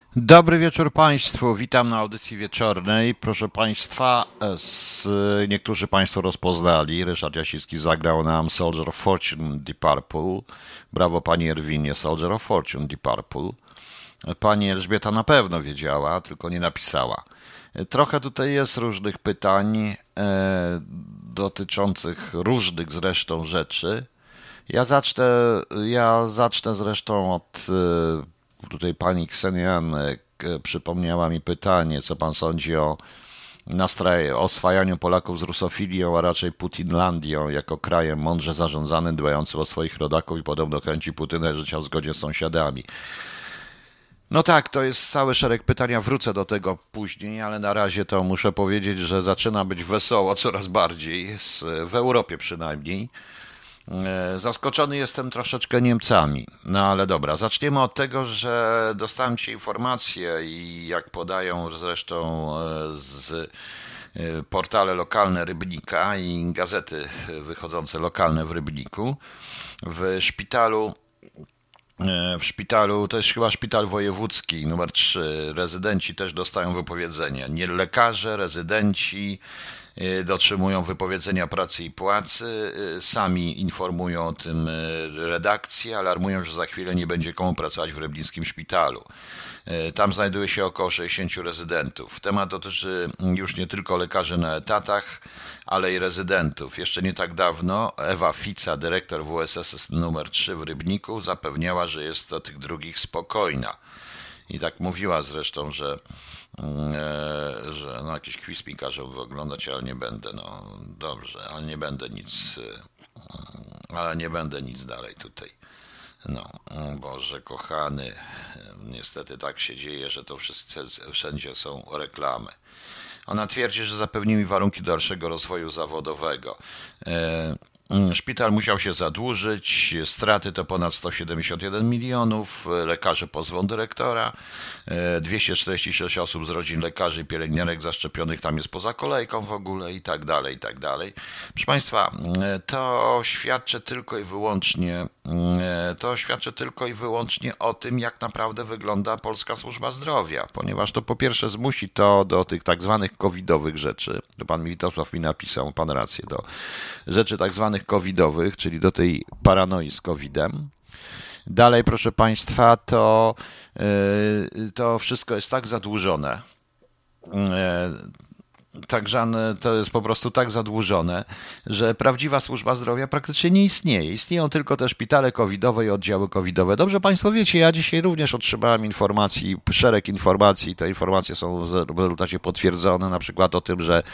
Dobry wieczór Państwu, witam na audycji wieczornej. Proszę Państwa, niektórzy Państwo rozpoznali, Ryszard Jasicki zagrał nam Soldier of Fortune Deep Purple. Brawo Pani Erwinie, Soldier of Fortune Deep Purple. Pani Elżbieta na pewno wiedziała, tylko nie napisała. Trochę tutaj jest różnych pytań dotyczących różnych zresztą rzeczy. Ja zacznę, ja zacznę zresztą od tutaj pani Ksenianek przypomniała mi pytanie, co pan sądzi o oswajaniu Polaków z rusofilią, a raczej Putinlandią, jako krajem mądrze zarządzanym, dbającym o swoich rodaków i podobno kręci Putyna życia w zgodzie z sąsiadami. No tak, to jest cały szereg pytania, wrócę do tego później, ale na razie to muszę powiedzieć, że zaczyna być wesoło coraz bardziej, w Europie przynajmniej. Zaskoczony jestem troszeczkę Niemcami, no ale dobra, zaczniemy od tego, że dostałem dzisiaj informację i jak podają zresztą z portale lokalne Rybnika i gazety wychodzące lokalne w Rybniku, w szpitalu to jest chyba szpital wojewódzki numer 3. Rezydenci też dostają wypowiedzenie. Nie lekarze, rezydenci dotrzymują wypowiedzenia pracy i płacy, sami informują o tym redakcję, alarmują, że za chwilę nie będzie komu pracować w rybnickim szpitalu. Tam znajduje się około 60 rezydentów. Temat dotyczy już nie tylko lekarzy na etatach, ale i rezydentów. Jeszcze nie tak dawno Ewa Fica, dyrektor WSS numer 3 w Rybniku, zapewniała, że jest do tych drugich spokojna. I tak mówiła zresztą, że no jakiś quiz mi każą oglądać, ale nie będę, no dobrze, ale nie będę nic dalej tutaj. No, Boże kochany, niestety tak się dzieje, że to wszędzie są reklamy. Ona twierdzi, że zapewni warunki dalszego rozwoju zawodowego. Szpital musiał się zadłużyć, straty to ponad 171 milionów, lekarze pozwą dyrektora, 246 osób z rodzin lekarzy i pielęgniarek zaszczepionych tam jest poza kolejką w ogóle i tak dalej, i tak dalej. Proszę Państwa, to świadczy tylko i wyłącznie o tym, jak naprawdę wygląda polska służba zdrowia, ponieważ to po pierwsze zmusi to do tych tak zwanych covidowych rzeczy, to pan Witosław mi napisał, pan rację, do rzeczy tak zwanych covidowych, czyli do tej paranoi z covidem. Dalej, proszę Państwa, to wszystko jest tak zadłużone, także to jest po prostu tak zadłużone, że prawdziwa służba zdrowia praktycznie nie istnieje. Istnieją tylko te szpitale covidowe i oddziały covidowe. Dobrze Państwo wiecie, ja dzisiaj również otrzymałem szereg informacji. Te informacje są w rezultacie potwierdzone, na przykład o tym, że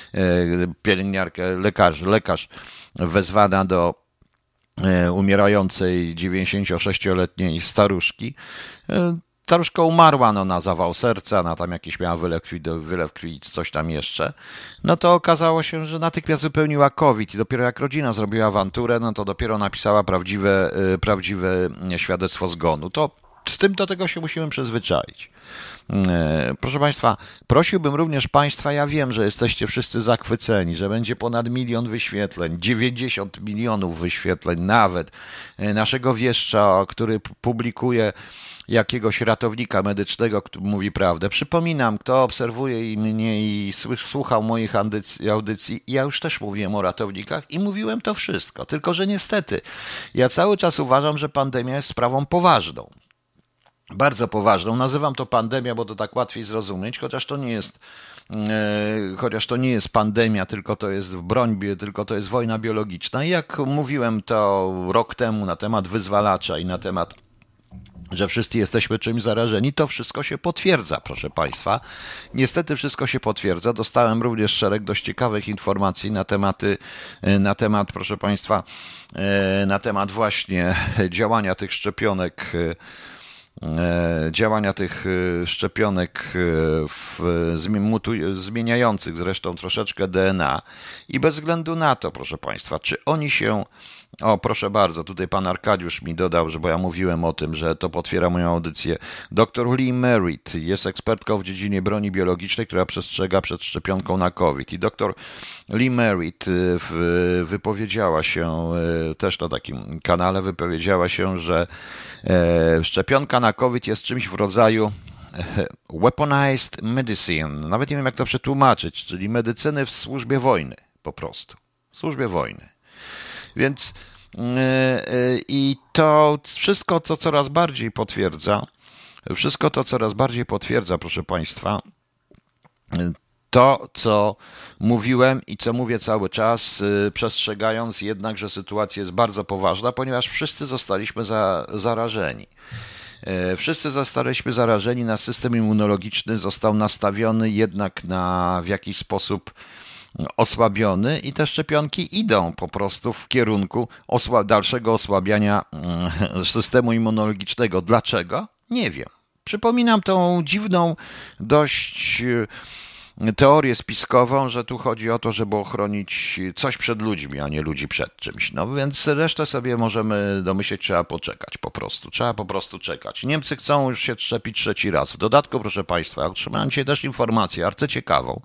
lekarz wezwana do umierającej 96-letniej staruszki. Staruszka umarła na zawał serca, ona tam jakiś miała wylew krwi, coś tam jeszcze. No to okazało się, że natychmiast wypełniła COVID i dopiero jak rodzina zrobiła awanturę, no to dopiero napisała prawdziwe świadectwo zgonu. To z tym do tego się musimy przyzwyczaić. Proszę Państwa, prosiłbym również Państwa, ja wiem, że jesteście wszyscy zachwyceni, że będzie ponad 1 milion wyświetleń, 90 milionów wyświetleń nawet, naszego wieszcza, który publikuje jakiegoś ratownika medycznego, który mówi prawdę. Przypominam, kto obserwuje mnie i słuchał moich audycji, ja już też mówiłem o ratownikach i mówiłem to wszystko, tylko że niestety ja cały czas uważam, że pandemia jest sprawą poważną. Bardzo poważną. Nazywam to pandemia, bo to tak łatwiej zrozumieć, chociaż to nie jest pandemia, tylko to jest broń, tylko to jest wojna biologiczna. I jak mówiłem to rok temu na temat wyzwalacza i na temat, że wszyscy jesteśmy czymś zarażeni, to wszystko się potwierdza, proszę Państwa. Niestety wszystko się potwierdza. Dostałem również szereg dość ciekawych informacji proszę Państwa, na temat właśnie działania tych szczepionek zmieniających zresztą troszeczkę DNA i bez względu na to, proszę Państwa, czy oni się... O, proszę bardzo, tutaj pan Arkadiusz mi dodał, bo ja mówiłem o tym, że to potwiera moją audycję. Dr Lee Merritt jest ekspertką w dziedzinie broni biologicznej, która przestrzega przed szczepionką na COVID. I dr Lee Merritt wypowiedziała się, też na takim kanale, wypowiedziała się, że szczepionka na COVID jest czymś w rodzaju weaponized medicine, nawet nie wiem jak to przetłumaczyć, czyli medycyny w służbie wojny, po prostu. W służbie wojny. Więc i to wszystko, co coraz bardziej potwierdza, proszę Państwa, to, co mówiłem i co mówię cały czas, przestrzegając jednak, że sytuacja jest bardzo poważna, ponieważ wszyscy zostaliśmy zarażeni. Wszyscy zostaliśmy zarażeni, nasz system immunologiczny został nastawiony jednak w jakiś sposób osłabiony i te szczepionki idą po prostu w kierunku dalszego osłabiania systemu immunologicznego. Dlaczego? Nie wiem. Przypominam tą dziwną dość teorię spiskową, że tu chodzi o to, żeby ochronić coś przed ludźmi, a nie ludzi przed czymś. No więc resztę sobie możemy domyśleć, trzeba poczekać po prostu. Trzeba po prostu czekać. Niemcy chcą już się szczepić 3. raz. W dodatku, proszę Państwa, otrzymałem dzisiaj też informację, arcyciekawą.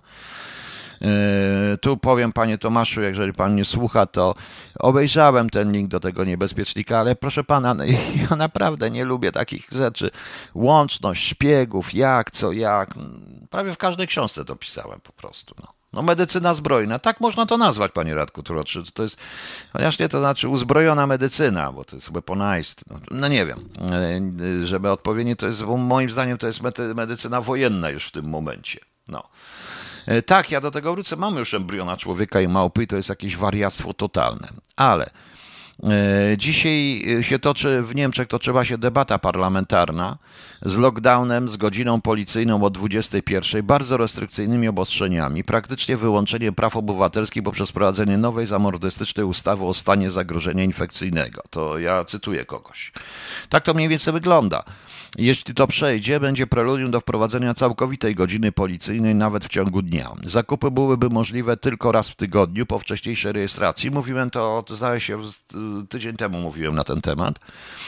Tu powiem, panie Tomaszu, jeżeli pan mnie słucha, to obejrzałem ten link do tego niebezpiecznika, ale proszę pana, ja naprawdę nie lubię takich rzeczy. Łączność szpiegów, jak, co, jak. Prawie w każdej książce to pisałem po prostu. No medycyna zbrojna, tak można to nazwać, panie Radku Turoczy. To jest, chociaż nie to znaczy uzbrojona medycyna, bo to jest weaponized. No nie wiem, żeby odpowiednio to jest, bo moim zdaniem to jest medycyna wojenna już w tym momencie. No. Tak, ja do tego wrócę. Mamy już embriona człowieka i małpy i to jest jakieś wariactwo totalne. Ale dzisiaj się toczy w Niemczech, toczyła się debata parlamentarna z lockdownem, z godziną policyjną o 21, bardzo restrykcyjnymi obostrzeniami, praktycznie wyłączeniem praw obywatelskich poprzez wprowadzenie nowej zamordystycznej ustawy o stanie zagrożenia infekcyjnego. To ja cytuję kogoś. Tak to mniej więcej wygląda. Jeśli to przejdzie, będzie preludium do wprowadzenia całkowitej godziny policyjnej nawet w ciągu dnia. Zakupy byłyby możliwe tylko raz w tygodniu po wcześniejszej rejestracji. Mówiłem to, zdaje się, tydzień temu mówiłem na ten temat.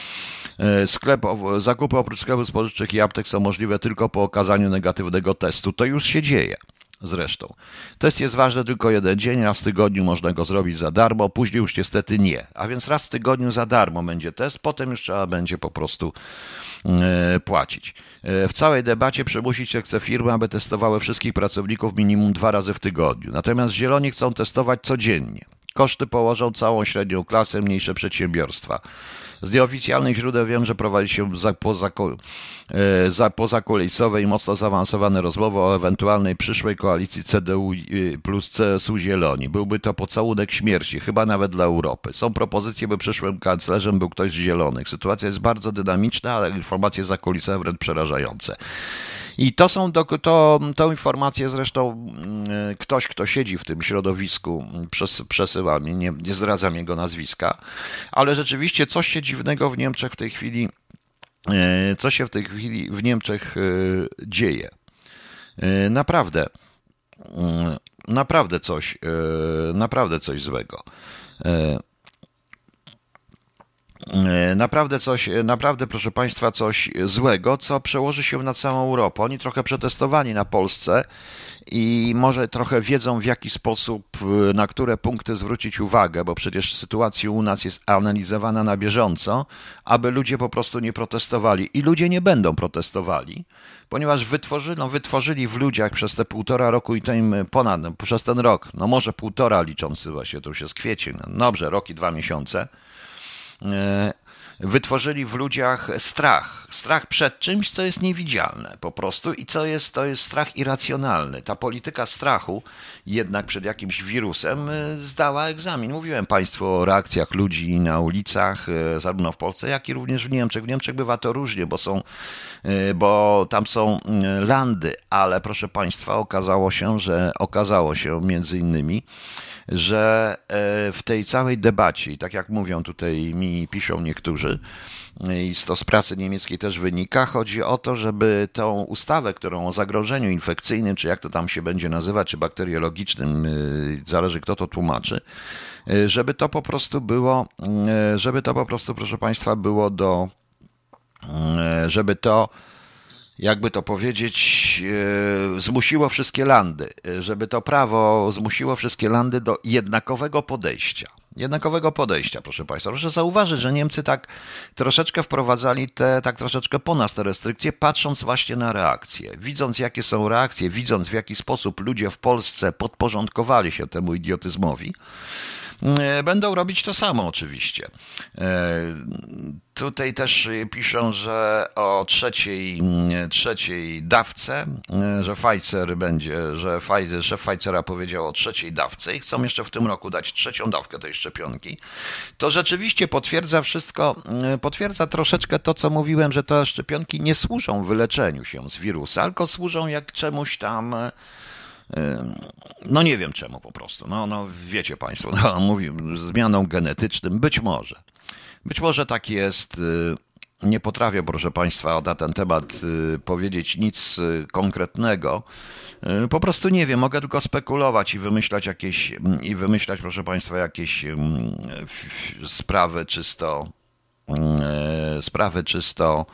Zakupy oprócz sklepów spożywczych i aptek są możliwe tylko po okazaniu negatywnego testu. To już się dzieje. Zresztą. Test jest ważny tylko 1 dzień, raz w tygodniu można go zrobić za darmo, później już niestety nie. A więc raz w tygodniu za darmo będzie test, potem już trzeba będzie po prostu płacić. W całej debacie przymusić się chce firmy, aby testowały wszystkich pracowników minimum 2 razy w tygodniu. Natomiast zieloni chcą testować codziennie. Koszty położą całą średnią klasę, mniejsze przedsiębiorstwa. Z nieoficjalnych źródeł wiem, że prowadzi się pozakulisowe i mocno zaawansowane rozmowy o ewentualnej przyszłej koalicji CDU plus CSU Zieloni. Byłby to pocałunek śmierci, chyba nawet dla Europy. Są propozycje, by przyszłym kanclerzem był ktoś z Zielonych. Sytuacja jest bardzo dynamiczna, ale informacje zakulisowe wręcz przerażające. I tą informację zresztą ktoś, kto siedzi w tym środowisku, przesyła mi, nie zdradzam jego nazwiska, ale rzeczywiście coś się dziwnego w Niemczech w tej chwili, w Niemczech dzieje. Naprawdę coś złego. Naprawdę, proszę Państwa, coś złego, co przełoży się na całą Europę. Oni trochę przetestowali na Polsce i może trochę wiedzą, w jaki sposób, na które punkty zwrócić uwagę, bo przecież sytuacja u nas jest analizowana na bieżąco, aby ludzie po prostu nie protestowali. I ludzie nie będą protestowali, ponieważ wytworzyli w ludziach przez te 1,5 roku i to im przez ten rok, no może 1,5 licząc właśnie, to już jest kwiecień, no dobrze, rok i 2 miesiące, wytworzyli w ludziach strach. Strach przed czymś, co jest niewidzialne po prostu i to jest strach irracjonalny. Ta polityka strachu jednak przed jakimś wirusem zdała egzamin. Mówiłem Państwu o reakcjach ludzi na ulicach, zarówno w Polsce, jak i również w Niemczech. W Niemczech bywa to różnie, bo tam są landy, ale proszę Państwa, okazało się między innymi, że w tej całej debacie, i tak jak mówią tutaj mi piszą niektórzy, i to z prasy niemieckiej też wynika, chodzi o to, żeby tą ustawę, którą o zagrożeniu infekcyjnym, czy jak to tam się będzie nazywać, czy bakteriologicznym, zależy kto to tłumaczy, żeby to po prostu, proszę Państwa, żeby to, jakby to powiedzieć, zmusiło wszystkie landy, żeby to prawo zmusiło wszystkie landy do jednakowego podejścia. Jednakowego podejścia, proszę Państwa. Proszę zauważyć, że Niemcy tak troszeczkę wprowadzali tak troszeczkę po nas te restrykcje, patrząc właśnie na reakcje. Widząc, jakie są reakcje, widząc, w jaki sposób ludzie w Polsce podporządkowali się temu idiotyzmowi, będą robić to samo oczywiście. Tutaj też piszą, że o trzeciej dawce, że Pfizer będzie, że szef Pfizera powiedział o trzeciej dawce i chcą jeszcze w tym roku dać trzecią dawkę tej szczepionki. To rzeczywiście potwierdza troszeczkę to, co mówiłem, że te szczepionki nie służą wyleczeniu się z wirusa, tylko służą jak czemuś tam. No nie wiem czemu po prostu. No wiecie Państwo, mówię, zmianą genetycznym, być może. Być może tak jest. Nie potrafię, proszę Państwa, na ten temat powiedzieć nic konkretnego. Po prostu nie wiem, mogę tylko spekulować i wymyślać, proszę Państwa, jakieś czysto,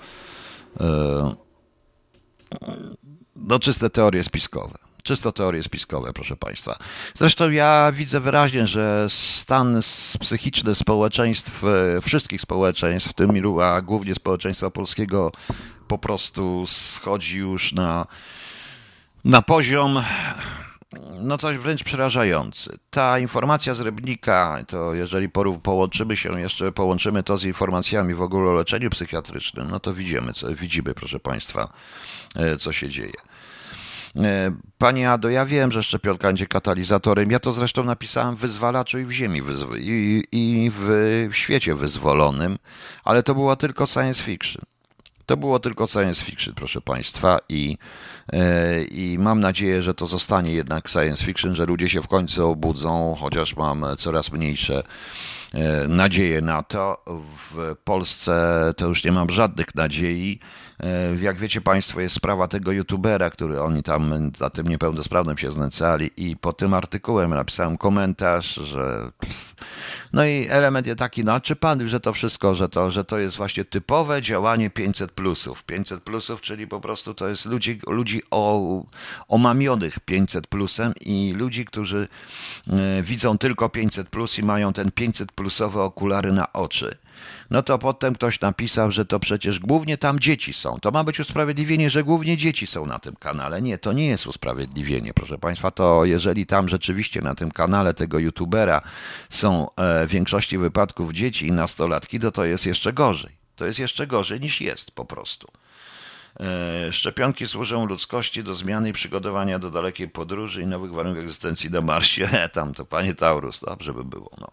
no czyste teorie spiskowe. Czysto teorie spiskowe, proszę Państwa. Zresztą ja widzę wyraźnie, że stan psychiczny społeczeństw, wszystkich społeczeństw, w tym a głównie społeczeństwa polskiego, po prostu schodzi już na poziom, no coś wręcz przerażający. Ta informacja z Rybnika, to jeżeli połączymy to z informacjami w ogóle o leczeniu psychiatrycznym, no to widzimy, proszę Państwa, co się dzieje. Panie Ado, ja wiem, że szczepionka będzie katalizatorem. Ja to zresztą napisałem w Wyzwalaczu i w Ziemi i w świecie wyzwolonym, ale to było tylko science fiction. To było tylko science fiction, proszę Państwa, i mam nadzieję, że to zostanie jednak science fiction, że ludzie się w końcu obudzą, chociaż mam coraz mniejsze nadzieje na to. W Polsce to już nie mam żadnych nadziei. Jak wiecie Państwo, jest sprawa tego youtubera, który oni tam za tym niepełnosprawnym się znęcali i pod tym artykułem napisałem komentarz, że no i element jest taki, no czy pan, że to wszystko, że to jest właśnie typowe działanie 500+. 500+, czyli po prostu to jest ludzi omamionych 500+, i ludzi, którzy widzą tylko 500+ i mają ten 500+owe okulary na oczy. No to potem ktoś napisał, że to przecież głównie tam dzieci są. To ma być usprawiedliwienie, że głównie dzieci są na tym kanale. Nie, to nie jest usprawiedliwienie, proszę Państwa. To jeżeli tam rzeczywiście na tym kanale tego youtubera są w większości wypadków dzieci i nastolatki, to jest jeszcze gorzej. To jest jeszcze gorzej niż jest po prostu. Szczepionki służą ludzkości do zmiany i przygotowania do dalekiej podróży i nowych warunków egzystencji na Marsie. Tam to panie Taurus, dobrze by było. No.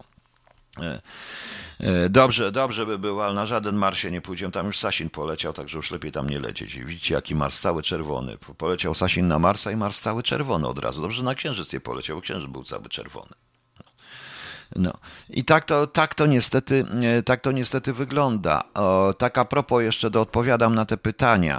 Dobrze by było, ale na żaden Mars się nie pójdziemy. Tam już Sasin poleciał, także już lepiej tam nie lecieć. Widzicie, jaki Mars cały czerwony. Poleciał Sasin na Marsa i Mars cały czerwony od razu. Dobrze, że na Księżyc nie poleciał, bo Księżyc był cały czerwony. No. I tak to niestety wygląda. Tak a propos jeszcze odpowiadam na te pytania.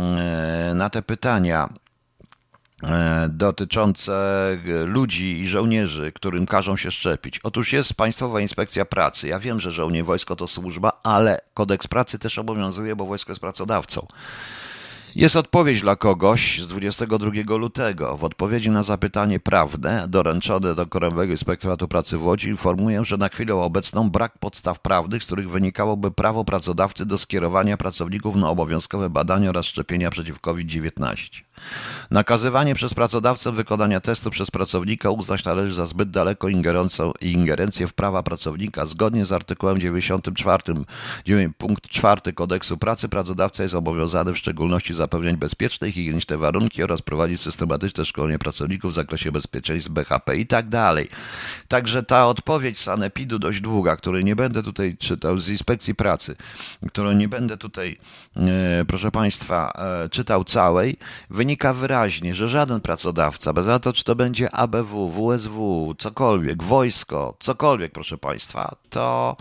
Dotyczące ludzi i żołnierzy, którym każą się szczepić. Otóż jest Państwowa Inspekcja Pracy. Ja wiem, że wojsko to służba, ale kodeks pracy też obowiązuje, bo wojsko jest pracodawcą. Jest odpowiedź dla kogoś z 22 lutego. W odpowiedzi na zapytanie prawne doręczone do Krajowego Inspektoratu Pracy w Łodzi informuję, że na chwilę obecną brak podstaw prawnych, z których wynikałoby prawo pracodawcy do skierowania pracowników na obowiązkowe badania oraz szczepienia przeciw COVID-19. Nakazywanie przez pracodawcę wykonania testu przez pracownika uznać należy za zbyt daleką ingerencję w prawa pracownika. Zgodnie z artykułem 94 punkt 4 Kodeksu Pracy pracodawca jest obowiązany w szczególności zapewniać bezpieczne i higieniczne warunki oraz prowadzić systematyczne szkolenie pracowników w zakresie bezpieczeństw BHP i tak dalej. Także ta odpowiedź sanepidu dość długa, której nie będę tutaj czytał, z Inspekcji Pracy, którą nie będę tutaj, proszę Państwa, czytał całej, wynika wyraźnie, że żaden pracodawca, bez na to, czy to będzie ABW, WSW, cokolwiek, wojsko, cokolwiek, proszę Państwa, to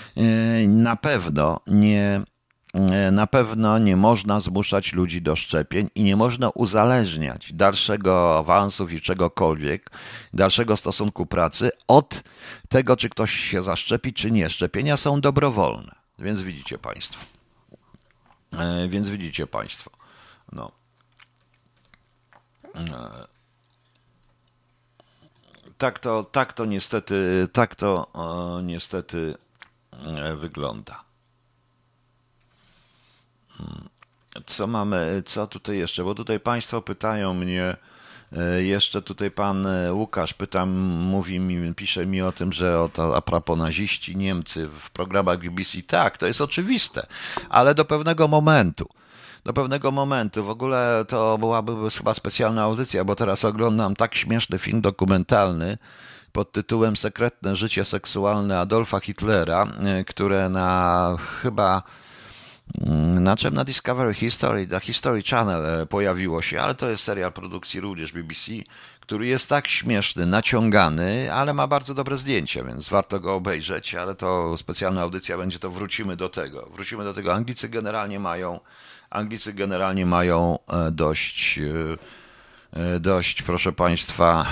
na pewno nie można zmuszać ludzi do szczepień i nie można uzależniać dalszego awansu i czegokolwiek, dalszego stosunku pracy od tego, czy ktoś się zaszczepi, czy nie. Szczepienia są dobrowolne, więc widzicie Państwo. No. niestety wygląda. Co mamy, co tutaj jeszcze? Bo tutaj Państwo pytają mnie, jeszcze tutaj pan Łukasz pisze mi o tym, że a propos naziści, Niemcy w programach BBC, tak, to jest oczywiste, ale do pewnego momentu. Do pewnego momentu. W ogóle to byłaby chyba specjalna audycja, bo teraz oglądam tak śmieszny film dokumentalny pod tytułem Sekretne życie seksualne Adolfa Hitlera, które na czym na Discovery History, na History Channel pojawiło się, ale to jest serial produkcji również BBC, który jest tak śmieszny, naciągany, ale ma bardzo dobre zdjęcia, więc warto go obejrzeć, ale to specjalna audycja będzie, to wrócimy do tego. Anglicy generalnie mają dość, proszę Państwa,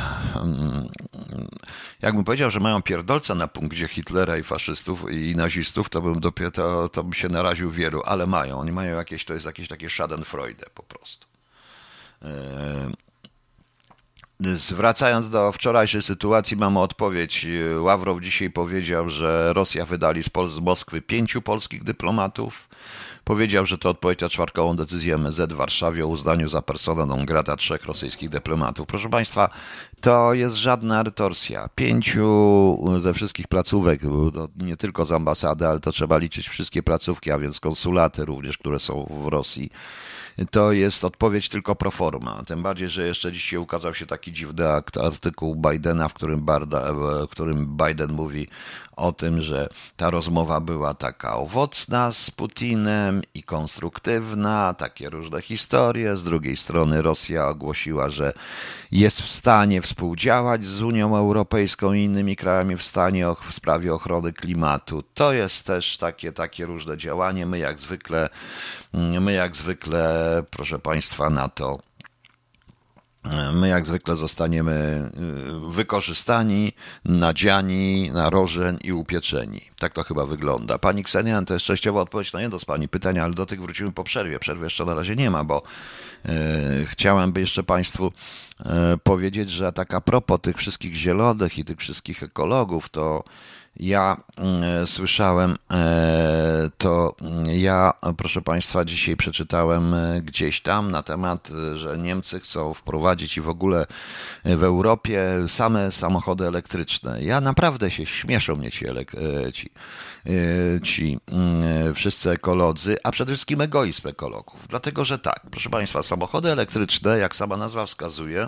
jakbym powiedział, że mają pierdolca na punkcie Hitlera i faszystów i nazistów, to bym się naraził wielu, ale mają. Oni mają to jest jakieś takie schadenfreude po prostu. Wracając do wczorajszej sytuacji, mamy odpowiedź. Ławrow dzisiaj powiedział, że Rosja wydali z Moskwy 5 polskich dyplomatów. Powiedział, że to odpowiedź na czwartkową decyzję MSZ w Warszawie o uznaniu za persona non grata 3 rosyjskich dyplomatów. Proszę Państwa, to jest żadna retorsja. 5 ze wszystkich placówek, nie tylko z ambasady, ale to trzeba liczyć wszystkie placówki, a więc konsulaty również, które są w Rosji. To jest odpowiedź tylko pro forma. Tym bardziej, że jeszcze dzisiaj ukazał się taki dziwny artykuł Bidena, w którym Biden mówi o tym, że ta rozmowa była taka owocna z Putinem i konstruktywna, takie różne historie. Z drugiej strony Rosja ogłosiła, że jest w stanie współdziałać z Unią Europejską i innymi krajami w sprawie ochrony klimatu. To jest też takie różne działanie. My jak zwykle, proszę Państwa, my jak zwykle zostaniemy wykorzystani, nadziani na rożeń i upieczeni. Tak to chyba wygląda. Pani Ksenia, to jest częściowa odpowiedź na jedno z Pani pytań, ale do tych wrócimy po przerwie. Przerwy jeszcze na razie nie ma, bo chciałem by jeszcze Państwu powiedzieć, że tak a propos tych wszystkich zielonych i tych wszystkich ekologów, to słyszałem, proszę Państwa, dzisiaj przeczytałem gdzieś tam na temat, że Niemcy chcą wprowadzić i w ogóle w Europie same samochody elektryczne. Naprawdę śmieszą mnie ci wszyscy ekolodzy, a przede wszystkim egoizm ekologów. Dlatego, że tak, proszę Państwa, samochody elektryczne, jak sama nazwa wskazuje,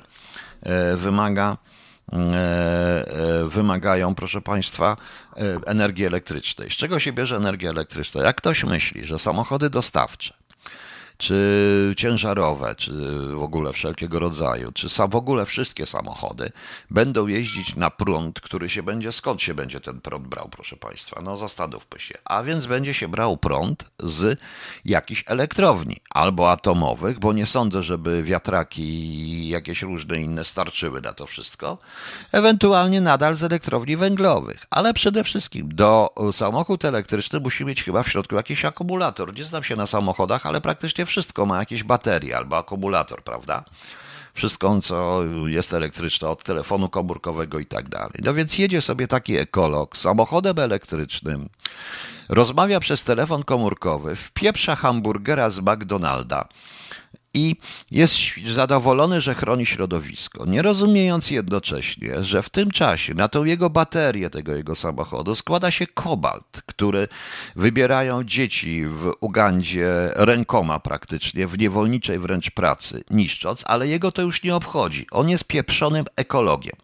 wymagają, proszę Państwa, energii elektrycznej. Z czego się bierze energia elektryczna? Jak ktoś myśli, że samochody dostawcze, czy ciężarowe, czy w ogóle wszelkiego rodzaju, czy w ogóle wszystkie samochody będą jeździć na prąd, skąd się będzie ten prąd brał, proszę Państwa? No zastanówmy się. A więc będzie się brał prąd z jakichś elektrowni, albo atomowych, bo nie sądzę, żeby wiatraki i jakieś różne inne starczyły na to wszystko, ewentualnie nadal z elektrowni węglowych, ale przede wszystkim samochód elektryczny musi mieć chyba w środku jakiś akumulator. Nie znam się na samochodach, ale praktycznie wszystko ma jakieś baterie albo akumulator, prawda? Wszystko, co jest elektryczne, od telefonu komórkowego i tak dalej. No więc jedzie sobie taki ekolog samochodem elektrycznym, rozmawia przez telefon komórkowy, wpieprza hamburgera z McDonalda i jest zadowolony, że chroni środowisko, nie rozumiejąc jednocześnie, że w tym czasie na tą jego baterię tego jego samochodu składa się kobalt, który wybierają dzieci w Ugandzie rękoma praktycznie, w niewolniczej wręcz pracy, niszcząc, ale jego to już nie obchodzi. On jest pieprzonym ekologiem.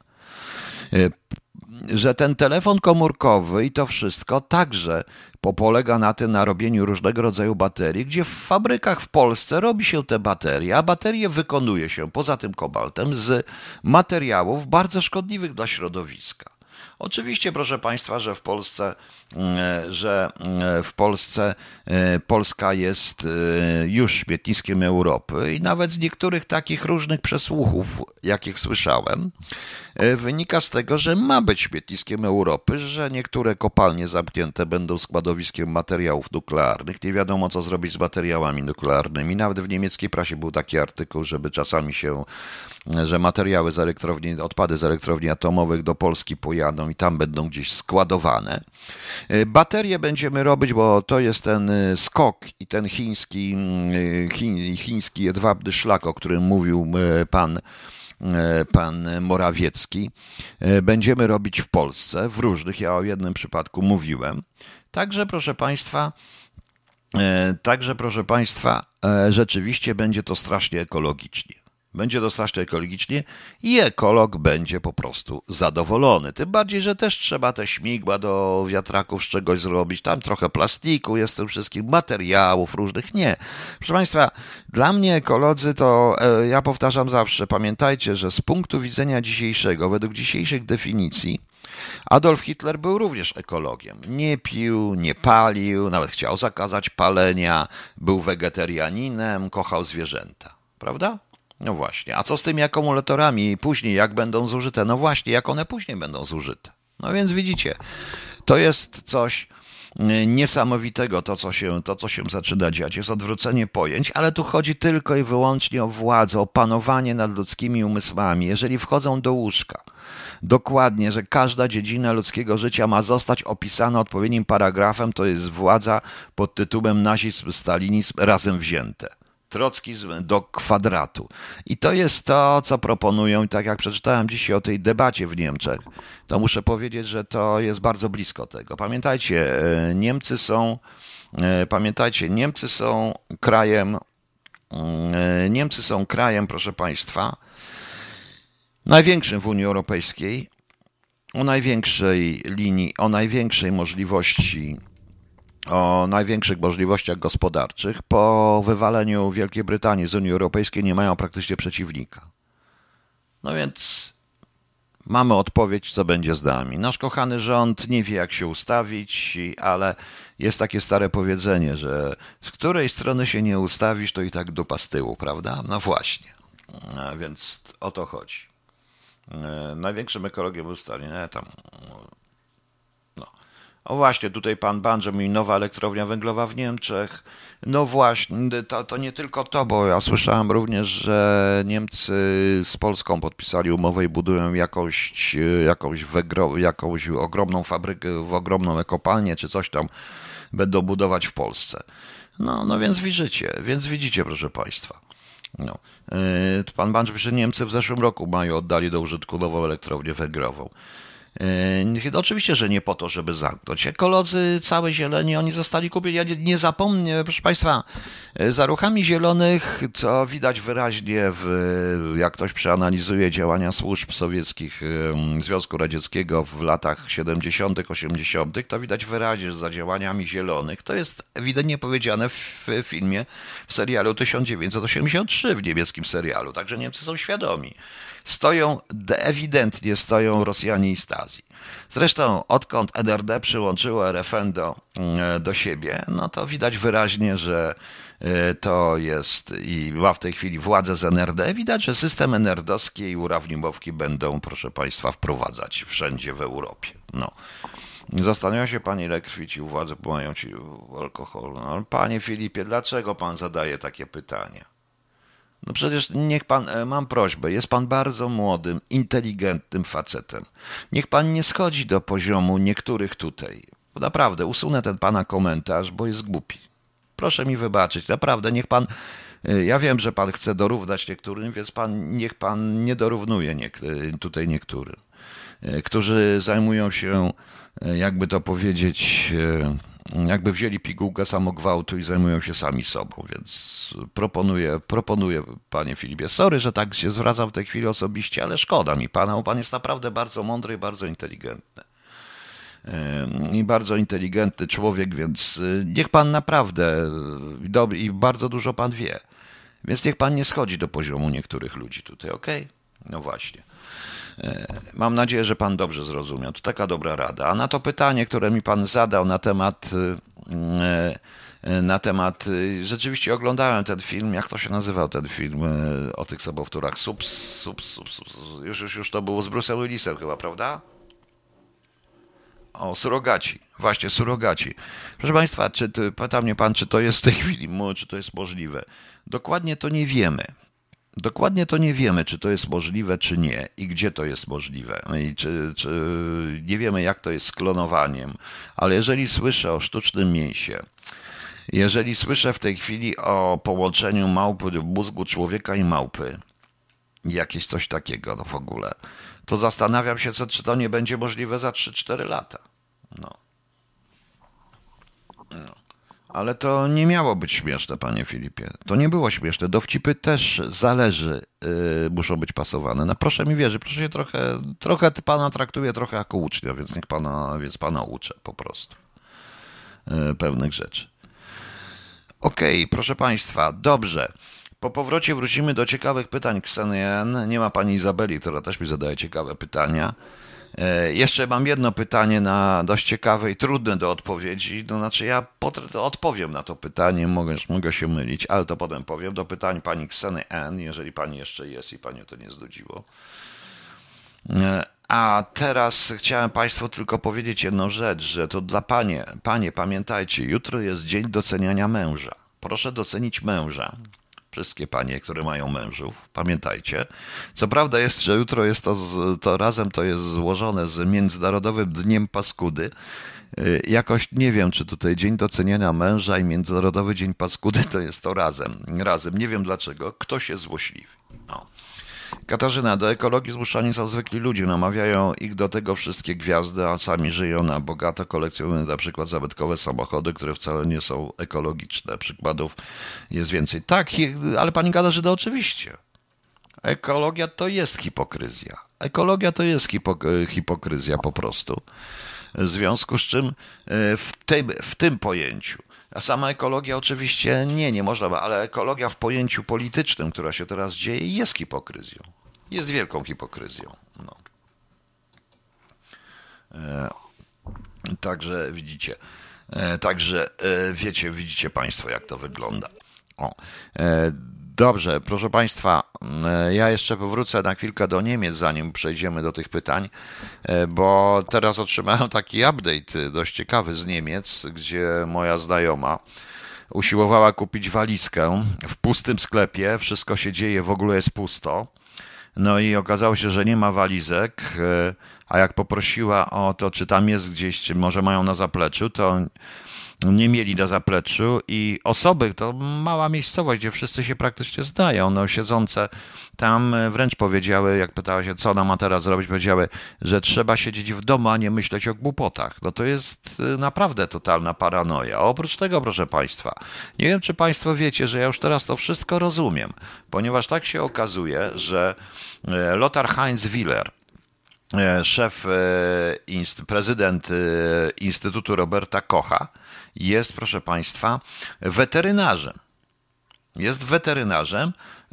Że ten telefon komórkowy i to wszystko także polega na tym, na robieniu różnego rodzaju baterii, gdzie w fabrykach w Polsce robi się te baterie, a baterie wykonuje się poza tym kobaltem z materiałów bardzo szkodliwych dla środowiska. Oczywiście, proszę Państwa, że w Polsce Polska jest już śmietniskiem Europy i nawet z niektórych takich różnych przesłuchów, jakich słyszałem, wynika z tego, że ma być śmietniskiem Europy, że niektóre kopalnie zamknięte będą składowiskiem materiałów nuklearnych. Nie wiadomo, co zrobić z materiałami nuklearnymi. Nawet w niemieckiej prasie był taki artykuł, że materiały z elektrowni, odpady z elektrowni atomowych do Polski pojadą i tam będą gdzieś składowane. Baterie będziemy robić, bo to jest ten skok i ten chiński jedwabny szlak, o którym mówił pan Morawiecki. Będziemy robić w Polsce, w różnych, ja o jednym przypadku mówiłem. Także, proszę Państwa, rzeczywiście będzie to strasznie ekologicznie. Będzie to strasznie ekologicznie i ekolog będzie po prostu zadowolony. Tym bardziej, że też trzeba te śmigła do wiatraków z czegoś zrobić. Tam trochę plastiku jest, tym wszystkim materiałów różnych. Nie. Proszę Państwa, dla mnie ekolodzy to, ja powtarzam zawsze, pamiętajcie, że z punktu widzenia dzisiejszego, według dzisiejszych definicji, Adolf Hitler był również ekologiem. Nie pił, nie palił, nawet chciał zakazać palenia, był wegetarianinem, kochał zwierzęta. Prawda? No właśnie. A co z tymi akumulatorami później, jak będą zużyte? No właśnie, jak one później będą zużyte? No więc widzicie, to jest coś niesamowitego, to co się zaczyna dziać. Jest odwrócenie pojęć, ale tu chodzi tylko i wyłącznie o władzę, o panowanie nad ludzkimi umysłami. Jeżeli wchodzą do łóżka, dokładnie, że każda dziedzina ludzkiego życia ma zostać opisana odpowiednim paragrafem, to jest władza pod tytułem nazizm, stalinizm razem wzięte. Trockizm do kwadratu. I to jest to, co proponują. I tak jak przeczytałem dzisiaj o tej debacie w Niemczech, to muszę powiedzieć, że to jest bardzo blisko tego. Pamiętajcie, Niemcy są krajem, proszę Państwa, największym w Unii Europejskiej, o największej linii, o największych możliwościach gospodarczych. Po wywaleniu Wielkiej Brytanii z Unii Europejskiej nie mają praktycznie przeciwnika. No więc mamy odpowiedź, co będzie z nami. Nasz kochany rząd nie wie, jak się ustawić, ale jest takie stare powiedzenie, że z której strony się nie ustawisz, to i tak dupa z tyłu, prawda? No właśnie. Więc o to chodzi. Największym ekologiem był Stalin. O właśnie, tutaj pan Benjamin, nowa elektrownia węglowa w Niemczech. No właśnie, to nie tylko to, bo ja słyszałem również, że Niemcy z Polską podpisali umowę i budują jakąś ogromną fabrykę, ogromną ekopalnię, czy coś tam będą budować w Polsce. No więc widzicie, proszę Państwa. No. Pan Benjamin, że Niemcy w zeszłym roku oddali do użytku nową elektrownię węglową. Oczywiście, że nie po to, żeby zamknąć. Ekolodzy, całe zieleni, oni zostali kupieni. Ja nie zapomnę, proszę Państwa, za ruchami zielonych, co widać wyraźnie, jak ktoś przeanalizuje działania służb sowieckich Związku Radzieckiego w latach 70., 80., to widać wyraźnie, że za działaniami zielonych, to jest ewidentnie powiedziane w filmie, w serialu 1983, w niemieckim serialu. Także Niemcy są świadomi. Ewidentnie stoją Rosjanie i Stasi. Zresztą odkąd NRD przyłączyło RFN do siebie, no to widać wyraźnie, że to jest i ma w tej chwili władzę z NRD. Widać, że system NRD-owski i urawniłowki będą, proszę Państwa, wprowadzać wszędzie w Europie. No. Zastanawia się Pan, ile krwi ci władze mają ci alkoholu. No, Panie Filipie, dlaczego Pan zadaje takie pytania? No przecież niech pan, mam prośbę, jest pan bardzo młodym, inteligentnym facetem. Niech pan nie schodzi do poziomu niektórych tutaj. Naprawdę, usunę ten pana komentarz, bo jest głupi. Proszę mi wybaczyć, naprawdę, niech pan, ja wiem, że pan chce dorównać niektórym, więc niech pan nie dorównuje tutaj niektórym, którzy zajmują się, jakby to powiedzieć, jakby wzięli pigułkę samogwałtu i zajmują się sami sobą, więc proponuję, panie Filipie, sorry, że tak się zwracam w tej chwili osobiście, ale szkoda mi pana, bo pan jest naprawdę bardzo mądry i bardzo inteligentny. I bardzo inteligentny człowiek, więc niech pan naprawdę, i bardzo dużo pan wie, więc niech pan nie schodzi do poziomu niektórych ludzi tutaj, okej? No właśnie. Mam nadzieję, że pan dobrze zrozumiał. To taka dobra rada. A na to pytanie, które mi pan zadał rzeczywiście oglądałem ten film. Jak to się nazywał ten film o tych sobowtórach? Już to było z Bruce'em Willisem chyba, prawda? O, surogaci. Właśnie, surogaci. Proszę państwa, pyta mnie pan, czy to jest w tej chwili, czy to jest możliwe. Dokładnie to nie wiemy. Dokładnie to nie wiemy, czy to jest możliwe, czy nie i gdzie to jest możliwe. I czy nie wiemy, jak to jest z klonowaniem, ale jeżeli słyszę o sztucznym mięsie, jeżeli słyszę w tej chwili o połączeniu małpy, mózgu człowieka i małpy, jakieś coś takiego no w ogóle, to zastanawiam się, czy to nie będzie możliwe za 3-4 lata. No. Ale to nie miało być śmieszne, panie Filipie. To nie było śmieszne. Dowcipy też muszą być pasowane. No proszę mi wierzyć, proszę się trochę pana traktuję trochę jako ucznia, więc więc pana uczę po prostu pewnych rzeczy. Okej, proszę państwa, dobrze. Po powrocie wrócimy do ciekawych pytań Ksenian. Nie ma pani Izabeli, która też mi zadaje ciekawe pytania. Jeszcze mam jedno pytanie dość ciekawe i trudne do odpowiedzi. To znaczy ja odpowiem na to pytanie, mogę się mylić, ale to potem powiem. Do pytań pani Kseny N, jeżeli pani jeszcze jest i panią to nie znudziło. A teraz chciałem państwu tylko powiedzieć jedną rzecz, że to dla panie, pamiętajcie, jutro jest dzień doceniania męża. Proszę docenić męża. Wszystkie panie, które mają mężów, pamiętajcie. Co prawda jest, że jutro jest to razem to jest złożone z Międzynarodowym Dniem Paskudy. Jakoś nie wiem, czy tutaj Dzień Doceniania Męża i Międzynarodowy Dzień Paskudy to jest to razem. Nie wiem dlaczego. Ktoś jest złośliwy. No. Katarzyna, do ekologii zmuszani są zwykli ludzie, namawiają ich do tego wszystkie gwiazdy, a sami żyją na bogato, kolekcjonują na przykład zabytkowe samochody, które wcale nie są ekologiczne. Przykładów jest więcej. Tak, ale pani Katarzyna, oczywiście. Ekologia to jest hipokryzja. Ekologia to jest hipokryzja po prostu. W związku z czym w tym pojęciu, a sama ekologia oczywiście nie można, ale ekologia w pojęciu politycznym, która się teraz dzieje, jest hipokryzją. Jest wielką hipokryzją. No. Także widzicie. Widzicie państwo, jak to wygląda. Dobrze, proszę państwa, ja jeszcze powrócę na chwilkę do Niemiec, zanim przejdziemy do tych pytań, bo teraz otrzymałem taki update dość ciekawy z Niemiec, gdzie moja znajoma usiłowała kupić walizkę w pustym sklepie, wszystko się dzieje, w ogóle jest pusto. No i okazało się, że nie ma walizek, a jak poprosiła o to, czy tam jest gdzieś, czy może mają na zapleczu, to nie mieli na zapleczu i osoby, to mała miejscowość, gdzie wszyscy się praktycznie znają, no siedzące tam wręcz powiedziały, jak pytała się, co ona ma teraz zrobić, powiedziały, że trzeba siedzieć w domu, a nie myśleć o głupotach. No to jest naprawdę totalna paranoja. Oprócz tego, proszę państwa, nie wiem, czy państwo wiecie, że ja już teraz to wszystko rozumiem, ponieważ tak się okazuje, że Lothar Heinz Wieler, prezydent Instytutu Roberta Kocha, jest, proszę państwa, weterynarzem. Jest weterynarzem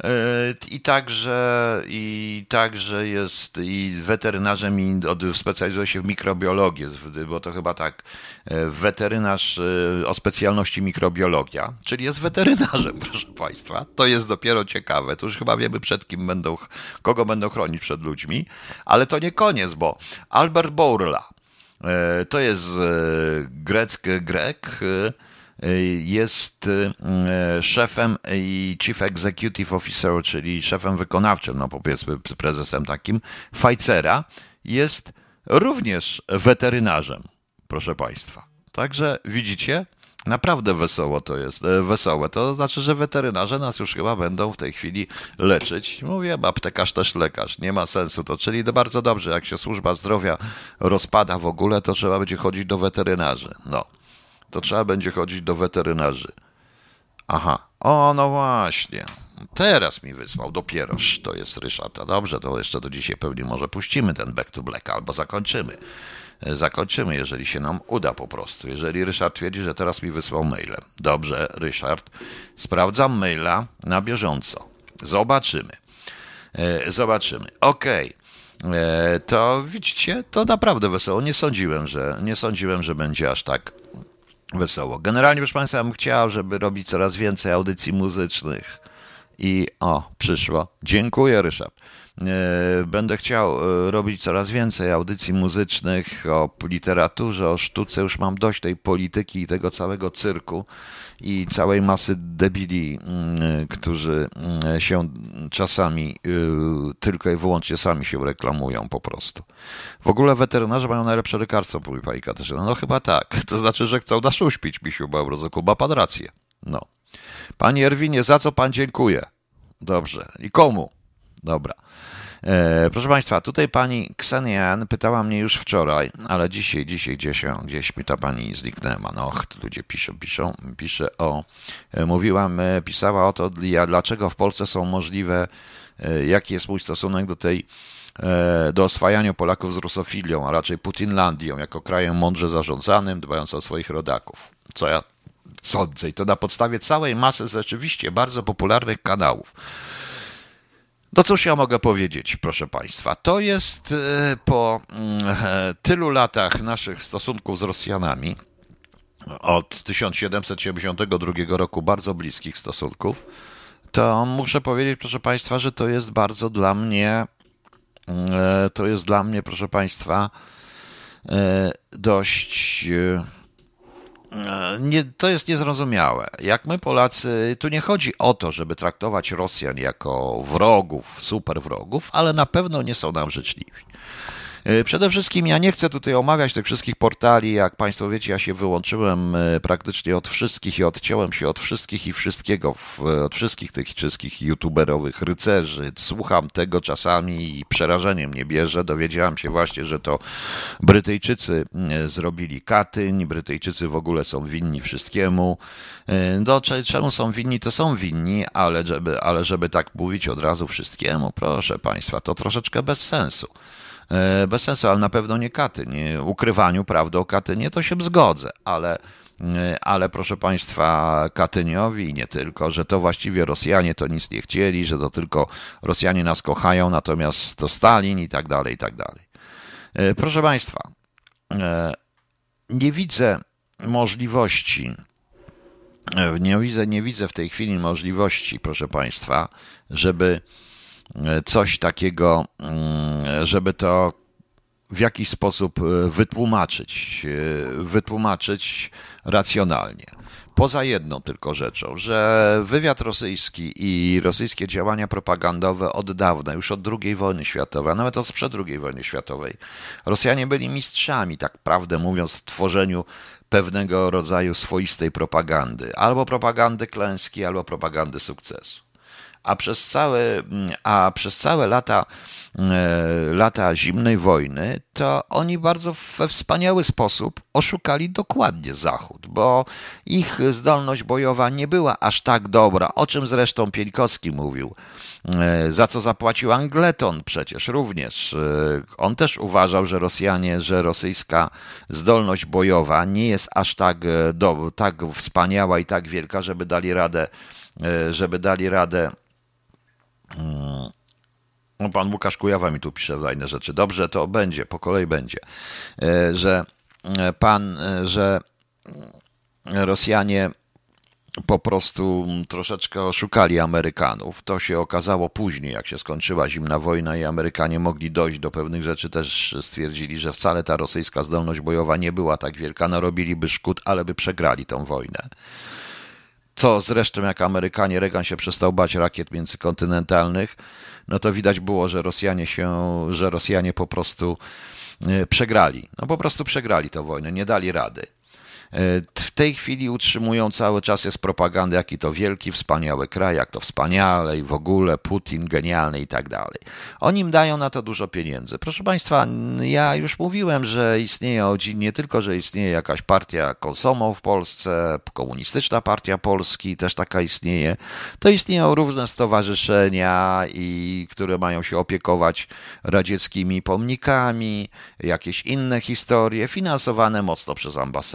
i także jest i weterynarzem i specjalizuje się w mikrobiologii, bo to chyba tak, weterynarz o specjalności mikrobiologia, czyli jest weterynarzem, proszę państwa. To jest dopiero ciekawe. To już chyba wiemy, kogo będą chronić przed ludźmi, ale to nie koniec, bo Albert Bourla, to jest Grek, jest szefem i Chief Executive Officer, czyli szefem wykonawczym, no powiedzmy prezesem takim, Pfizera, jest również weterynarzem, proszę państwa. Także widzicie, naprawdę wesoło to jest. Wesołe to znaczy, że weterynarze nas już chyba będą w tej chwili leczyć. Mówię, aptekarz też lekarz, nie ma sensu to. Czyli to bardzo dobrze, jak się służba zdrowia rozpada w ogóle, to trzeba będzie chodzić do weterynarzy. No, to trzeba będzie chodzić do weterynarzy. Aha, no właśnie. Teraz mi wysłał, dopieroż to jest Ryszard. Dobrze, to jeszcze do dzisiaj pewnie może puścimy ten Back to Black albo zakończymy. Jeżeli się nam uda po prostu. Jeżeli Ryszard twierdzi, że teraz mi wysłał mailem. Dobrze, Ryszard, sprawdzam maila na bieżąco. Zobaczymy. Okej. To widzicie, to naprawdę wesoło. Nie sądziłem, że będzie aż tak wesoło. Generalnie, proszę Państwa, ja bym chciał, żeby robić coraz więcej audycji muzycznych. I przyszło. Dziękuję, Ryszard. Będę chciał robić coraz więcej audycji muzycznych o literaturze, o sztuce. Już mam dość tej polityki i tego całego cyrku i całej masy debili, którzy się czasami tylko i wyłącznie sami się reklamują po prostu. W ogóle weterynarze mają najlepsze lekarstwo, mówi pani Katarzyna. No chyba tak. To znaczy, że chcą nas uśpić, misiu Małrozoku. Ma pan rację. No. Panie Erwinie, za co pan dziękuję? Dobrze. I komu? Dobra. Proszę Państwa, tutaj pani Ksenian pytała mnie już wczoraj, ale dzisiaj gdzieś mi ta pani zniknęła. No, ludzie pisała o to, dlaczego w Polsce są możliwe, jaki jest mój stosunek do oswajania Polaków z rusofilią, a raczej Putinlandią, jako krajem mądrze zarządzanym, dbając o swoich rodaków. Co ja sądzę? I to na podstawie całej masy rzeczywiście bardzo popularnych kanałów. No cóż ja mogę powiedzieć, proszę Państwa, to jest po tylu latach naszych stosunków z Rosjanami, od 1772 roku bardzo bliskich stosunków, to muszę powiedzieć, proszę Państwa, że to jest dla mnie, proszę Państwa, dość... to jest niezrozumiałe. Jak my Polacy, tu nie chodzi o to, żeby traktować Rosjan jako wrogów, super wrogów, ale na pewno nie są nam życzliwi. Przede wszystkim ja nie chcę tutaj omawiać tych wszystkich portali, jak Państwo wiecie, ja się wyłączyłem praktycznie od wszystkich i odciąłem się od wszystkich i wszystkiego, od wszystkich tych wszystkich youtuberowych rycerzy. Słucham tego czasami i przerażenie mnie bierze. Dowiedziałem się właśnie, że to Brytyjczycy zrobili Katyń, Brytyjczycy w ogóle są winni wszystkiemu. No, czemu są winni, to są winni, ale żeby tak mówić od razu wszystkiemu, proszę Państwa, to troszeczkę bez sensu. Bez sensu, ale na pewno nie Katyń. Ukrywaniu prawdy o Katynie to się zgodzę, ale proszę Państwa, Katyniowi i nie tylko, że to właściwie Rosjanie to nic nie chcieli, że to tylko Rosjanie nas kochają, natomiast to Stalin i tak dalej, i tak dalej. Proszę Państwa, nie widzę możliwości, nie widzę w tej chwili możliwości, proszę Państwa, żeby coś takiego, żeby to w jakiś sposób wytłumaczyć racjonalnie. Poza jedną tylko rzeczą, że wywiad rosyjski i rosyjskie działania propagandowe od dawna, już od II wojny światowej, a nawet od sprzed II wojny światowej, Rosjanie byli mistrzami, tak prawdę mówiąc, w tworzeniu pewnego rodzaju swoistej propagandy. Albo propagandy klęski, albo propagandy sukcesu. A przez całe lata zimnej wojny, to oni bardzo we wspaniały sposób oszukali dokładnie Zachód, bo ich zdolność bojowa nie była aż tak dobra, o czym zresztą Pieńkowski mówił, za co zapłacił Angleton przecież również. On też uważał, że rosyjska zdolność bojowa nie jest aż tak wspaniała i tak wielka, żeby dali radę. No, pan Łukasz Kujawa mi tu pisze fajne rzeczy. Dobrze, to będzie, po kolei będzie. Że Rosjanie po prostu troszeczkę oszukali Amerykanów. To się okazało później, jak się skończyła zimna wojna i Amerykanie mogli dojść do pewnych rzeczy, też stwierdzili, że wcale ta rosyjska zdolność bojowa nie była tak wielka, narobiliby szkód, ale by przegrali tą wojnę. Co zresztą, jak Amerykanie, Reagan się przestał bać rakiet międzykontynentalnych, no to widać było, że Rosjanie po prostu przegrali. No po prostu przegrali tę wojnę, nie dali rady. W tej chwili utrzymują cały czas jest propaganda, jaki to wielki, wspaniały kraj, jak to wspaniale i w ogóle Putin genialny i tak dalej. Oni im dają na to dużo pieniędzy. Proszę Państwa, ja już mówiłem, że nie tylko, że istnieje jakaś partia Konsomo w Polsce, komunistyczna partia Polski też taka istnieje, to istnieją różne stowarzyszenia, które mają się opiekować radzieckimi pomnikami, jakieś inne historie, finansowane mocno przez ambasadę.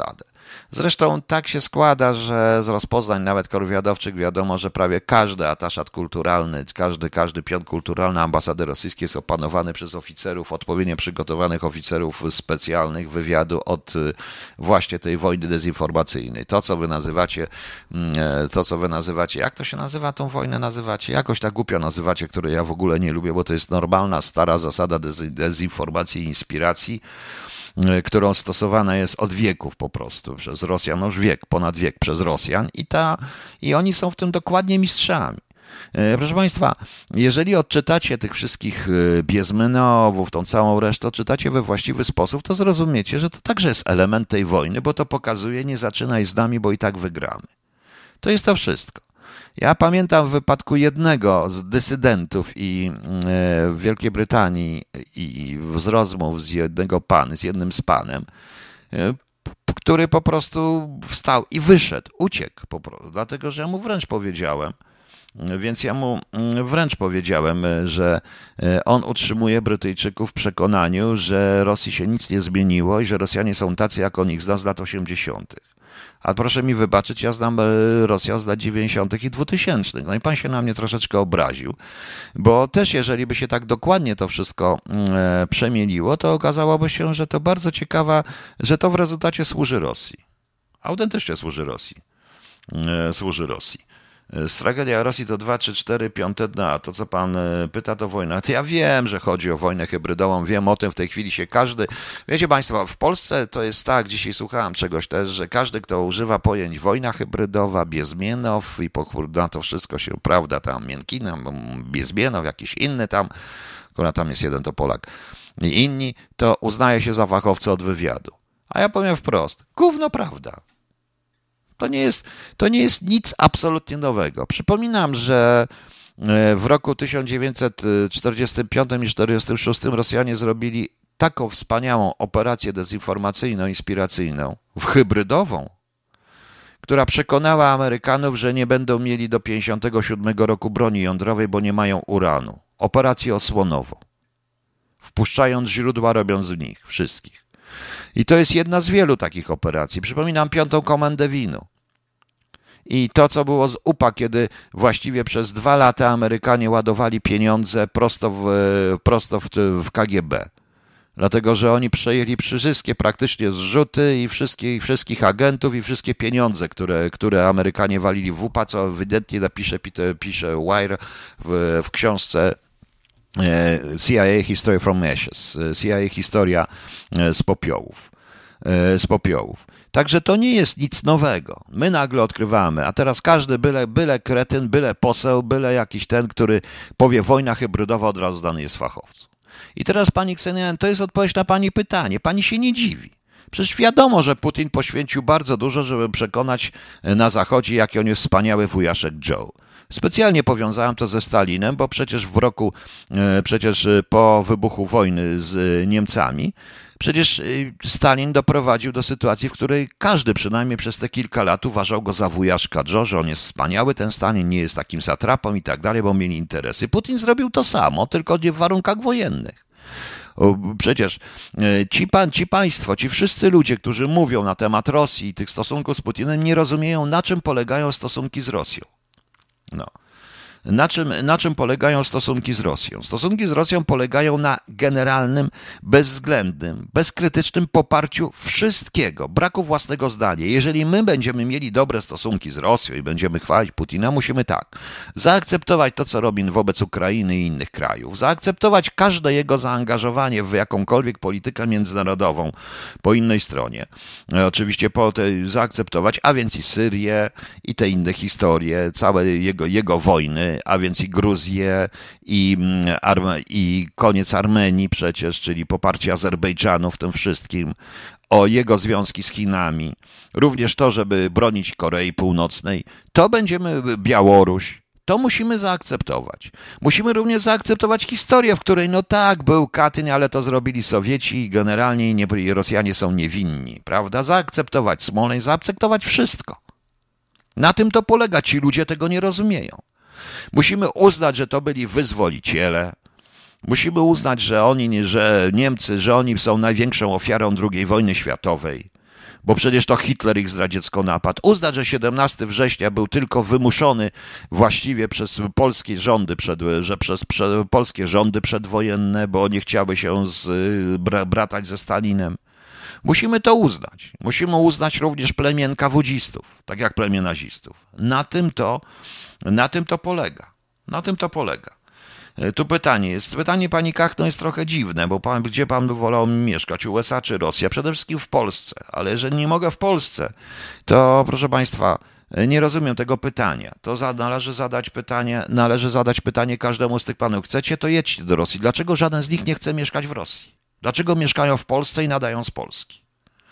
Zresztą tak się składa, że z rozpoznań nawet kontrwywiadowczych wiadomo, że prawie każdy ataszat kulturalny, każdy pion kulturalny ambasady rosyjskiej jest opanowany przez oficerów, odpowiednio przygotowanych oficerów specjalnych wywiadu od właśnie tej wojny dezinformacyjnej. To, co wy nazywacie, jak to się nazywa, tą wojnę nazywacie? Jakoś tak głupio nazywacie, której ja w ogóle nie lubię, bo to jest normalna, stara zasada dezinformacji i inspiracji, którą stosowana jest od wieków po prostu przez Rosjan, no już ponad wiek przez Rosjan i oni są w tym dokładnie mistrzami. Proszę Państwa, jeżeli odczytacie tych wszystkich Biezmenowów, tą całą resztę, odczytacie we właściwy sposób, to zrozumiecie, że to także jest element tej wojny, bo to pokazuje, nie zaczynaj z nami, bo i tak wygramy. To jest to wszystko. Ja pamiętam w wypadku jednego z dysydentów w Wielkiej Brytanii i z rozmów z jednym z panem, który po prostu wstał i wyszedł, uciekł po prostu, dlatego że ja mu wręcz powiedziałem, że on utrzymuje Brytyjczyków w przekonaniu, że Rosji się nic nie zmieniło i że Rosjanie są tacy, jak on ich zna z lat 80. A proszę mi wybaczyć, ja znam Rosjan z lat 90. i 2000. No i pan się na mnie troszeczkę obraził, bo też jeżeli by się tak dokładnie to wszystko przemieliło, to okazałoby się, że to bardzo ciekawa, że to w rezultacie służy Rosji. Autentycznie służy Rosji. Tragedia Rosji to 2, 3, 4, 5 dna. To, co pan pyta, to wojna. To ja wiem, że chodzi o wojnę hybrydową, wiem o tym, w tej chwili się każdy... Wiecie państwo, w Polsce to jest tak, dzisiaj słuchałem czegoś też, że każdy, kto używa pojęć wojna hybrydowa, Biezmienow i na to wszystko się, prawda, tam Miękina, Biezmienow, jakiś inny tam, akurat tam jest jeden to Polak, i inni, to uznaje się za fachowca od wywiadu. A ja powiem wprost, gówno prawda. To nie jest nic absolutnie nowego. Przypominam, że w roku 1945 i 1946 Rosjanie zrobili taką wspaniałą operację dezinformacyjno-inspiracyjną, hybrydową, która przekonała Amerykanów, że nie będą mieli do 1957 roku broni jądrowej, bo nie mają uranu. Operację osłonową. Wpuszczając źródła, robiąc z nich wszystkich. I to jest jedna z wielu takich operacji. Przypominam 5. Komendę Winu. I to, co było z UPA, kiedy właściwie przez 2 lata Amerykanie ładowali pieniądze prosto w KGB. Dlatego, że oni przejęli wszystkie praktycznie zrzuty i wszystkich agentów i wszystkie pieniądze, które Amerykanie walili w UPA, co ewidentnie pisze Wire w książce CIA History from Ashes, CIA Historia z popiołów. Także to nie jest nic nowego. My nagle odkrywamy, a teraz każdy byle kretyn, byle poseł, byle jakiś ten, który powie wojna hybrydowa, od razu dany jest fachowcem. I teraz pani Ksenia, to jest odpowiedź na pani pytanie. Pani się nie dziwi. Przecież wiadomo, że Putin poświęcił bardzo dużo, żeby przekonać na Zachodzie, jaki on jest wspaniały wujaszek Joe. Specjalnie powiązałem to ze Stalinem, bo przecież po wybuchu wojny z Niemcami, przecież Stalin doprowadził do sytuacji, w której każdy przynajmniej przez te kilka lat uważał go za wujaszka Joe, że on jest wspaniały, ten Stalin nie jest takim satrapą i tak dalej, bo mieli interesy. Putin zrobił to samo, tylko nie w warunkach wojennych. Przecież ci państwo, ci wszyscy ludzie, którzy mówią na temat Rosji i tych stosunków z Putinem, nie rozumieją, na czym polegają stosunki z Rosją. No. Na czym polegają stosunki z Rosją? Stosunki z Rosją polegają na generalnym, bezwzględnym, bezkrytycznym poparciu wszystkiego, braku własnego zdania. Jeżeli my będziemy mieli dobre stosunki z Rosją i będziemy chwalić Putina, musimy tak, zaakceptować to, co robi wobec Ukrainy i innych krajów, zaakceptować każde jego zaangażowanie w jakąkolwiek politykę międzynarodową po innej stronie. Oczywiście zaakceptować, a więc i Syrię, i te inne historie, całe jego wojny, a więc i Gruzję, i koniec Armenii przecież, czyli poparcie Azerbejdżanu w tym wszystkim, o jego związki z Chinami, również to, żeby bronić Korei Północnej, to będziemy Białoruś, to musimy zaakceptować. Musimy również zaakceptować historię, w której no tak, był Katyń, ale to zrobili Sowieci i generalnie i Rosjanie są niewinni, prawda? Zaakceptować Smoleńsk, zaakceptować wszystko. Na tym to polega, ci ludzie tego nie rozumieją. Musimy uznać, że to byli wyzwoliciele. Musimy uznać, że Niemcy, że oni są największą ofiarą II wojny światowej. bo przecież to Hitler ich zdradziecko napadł. Uznać, że 17 września był tylko wymuszony właściwie przez polskie rządy, przez polskie rządy przedwojenne, bo nie chciały się bratać ze Stalinem. Musimy to uznać. Musimy uznać również plemię NKWD-istów, tak jak plemię nazistów. Na tym to polega. Na tym to polega. Tu pytanie pani Kachno jest trochę dziwne, bo gdzie pan by wolał mieszkać, USA czy Rosja? Przede wszystkim w Polsce, ale jeżeli nie mogę w Polsce, to proszę państwa, nie rozumiem tego pytania. To należy zadać pytanie każdemu z tych panów. Chcecie, to jedźcie do Rosji. Dlaczego żaden z nich nie chce mieszkać w Rosji? Dlaczego mieszkają w Polsce i nadają z Polski?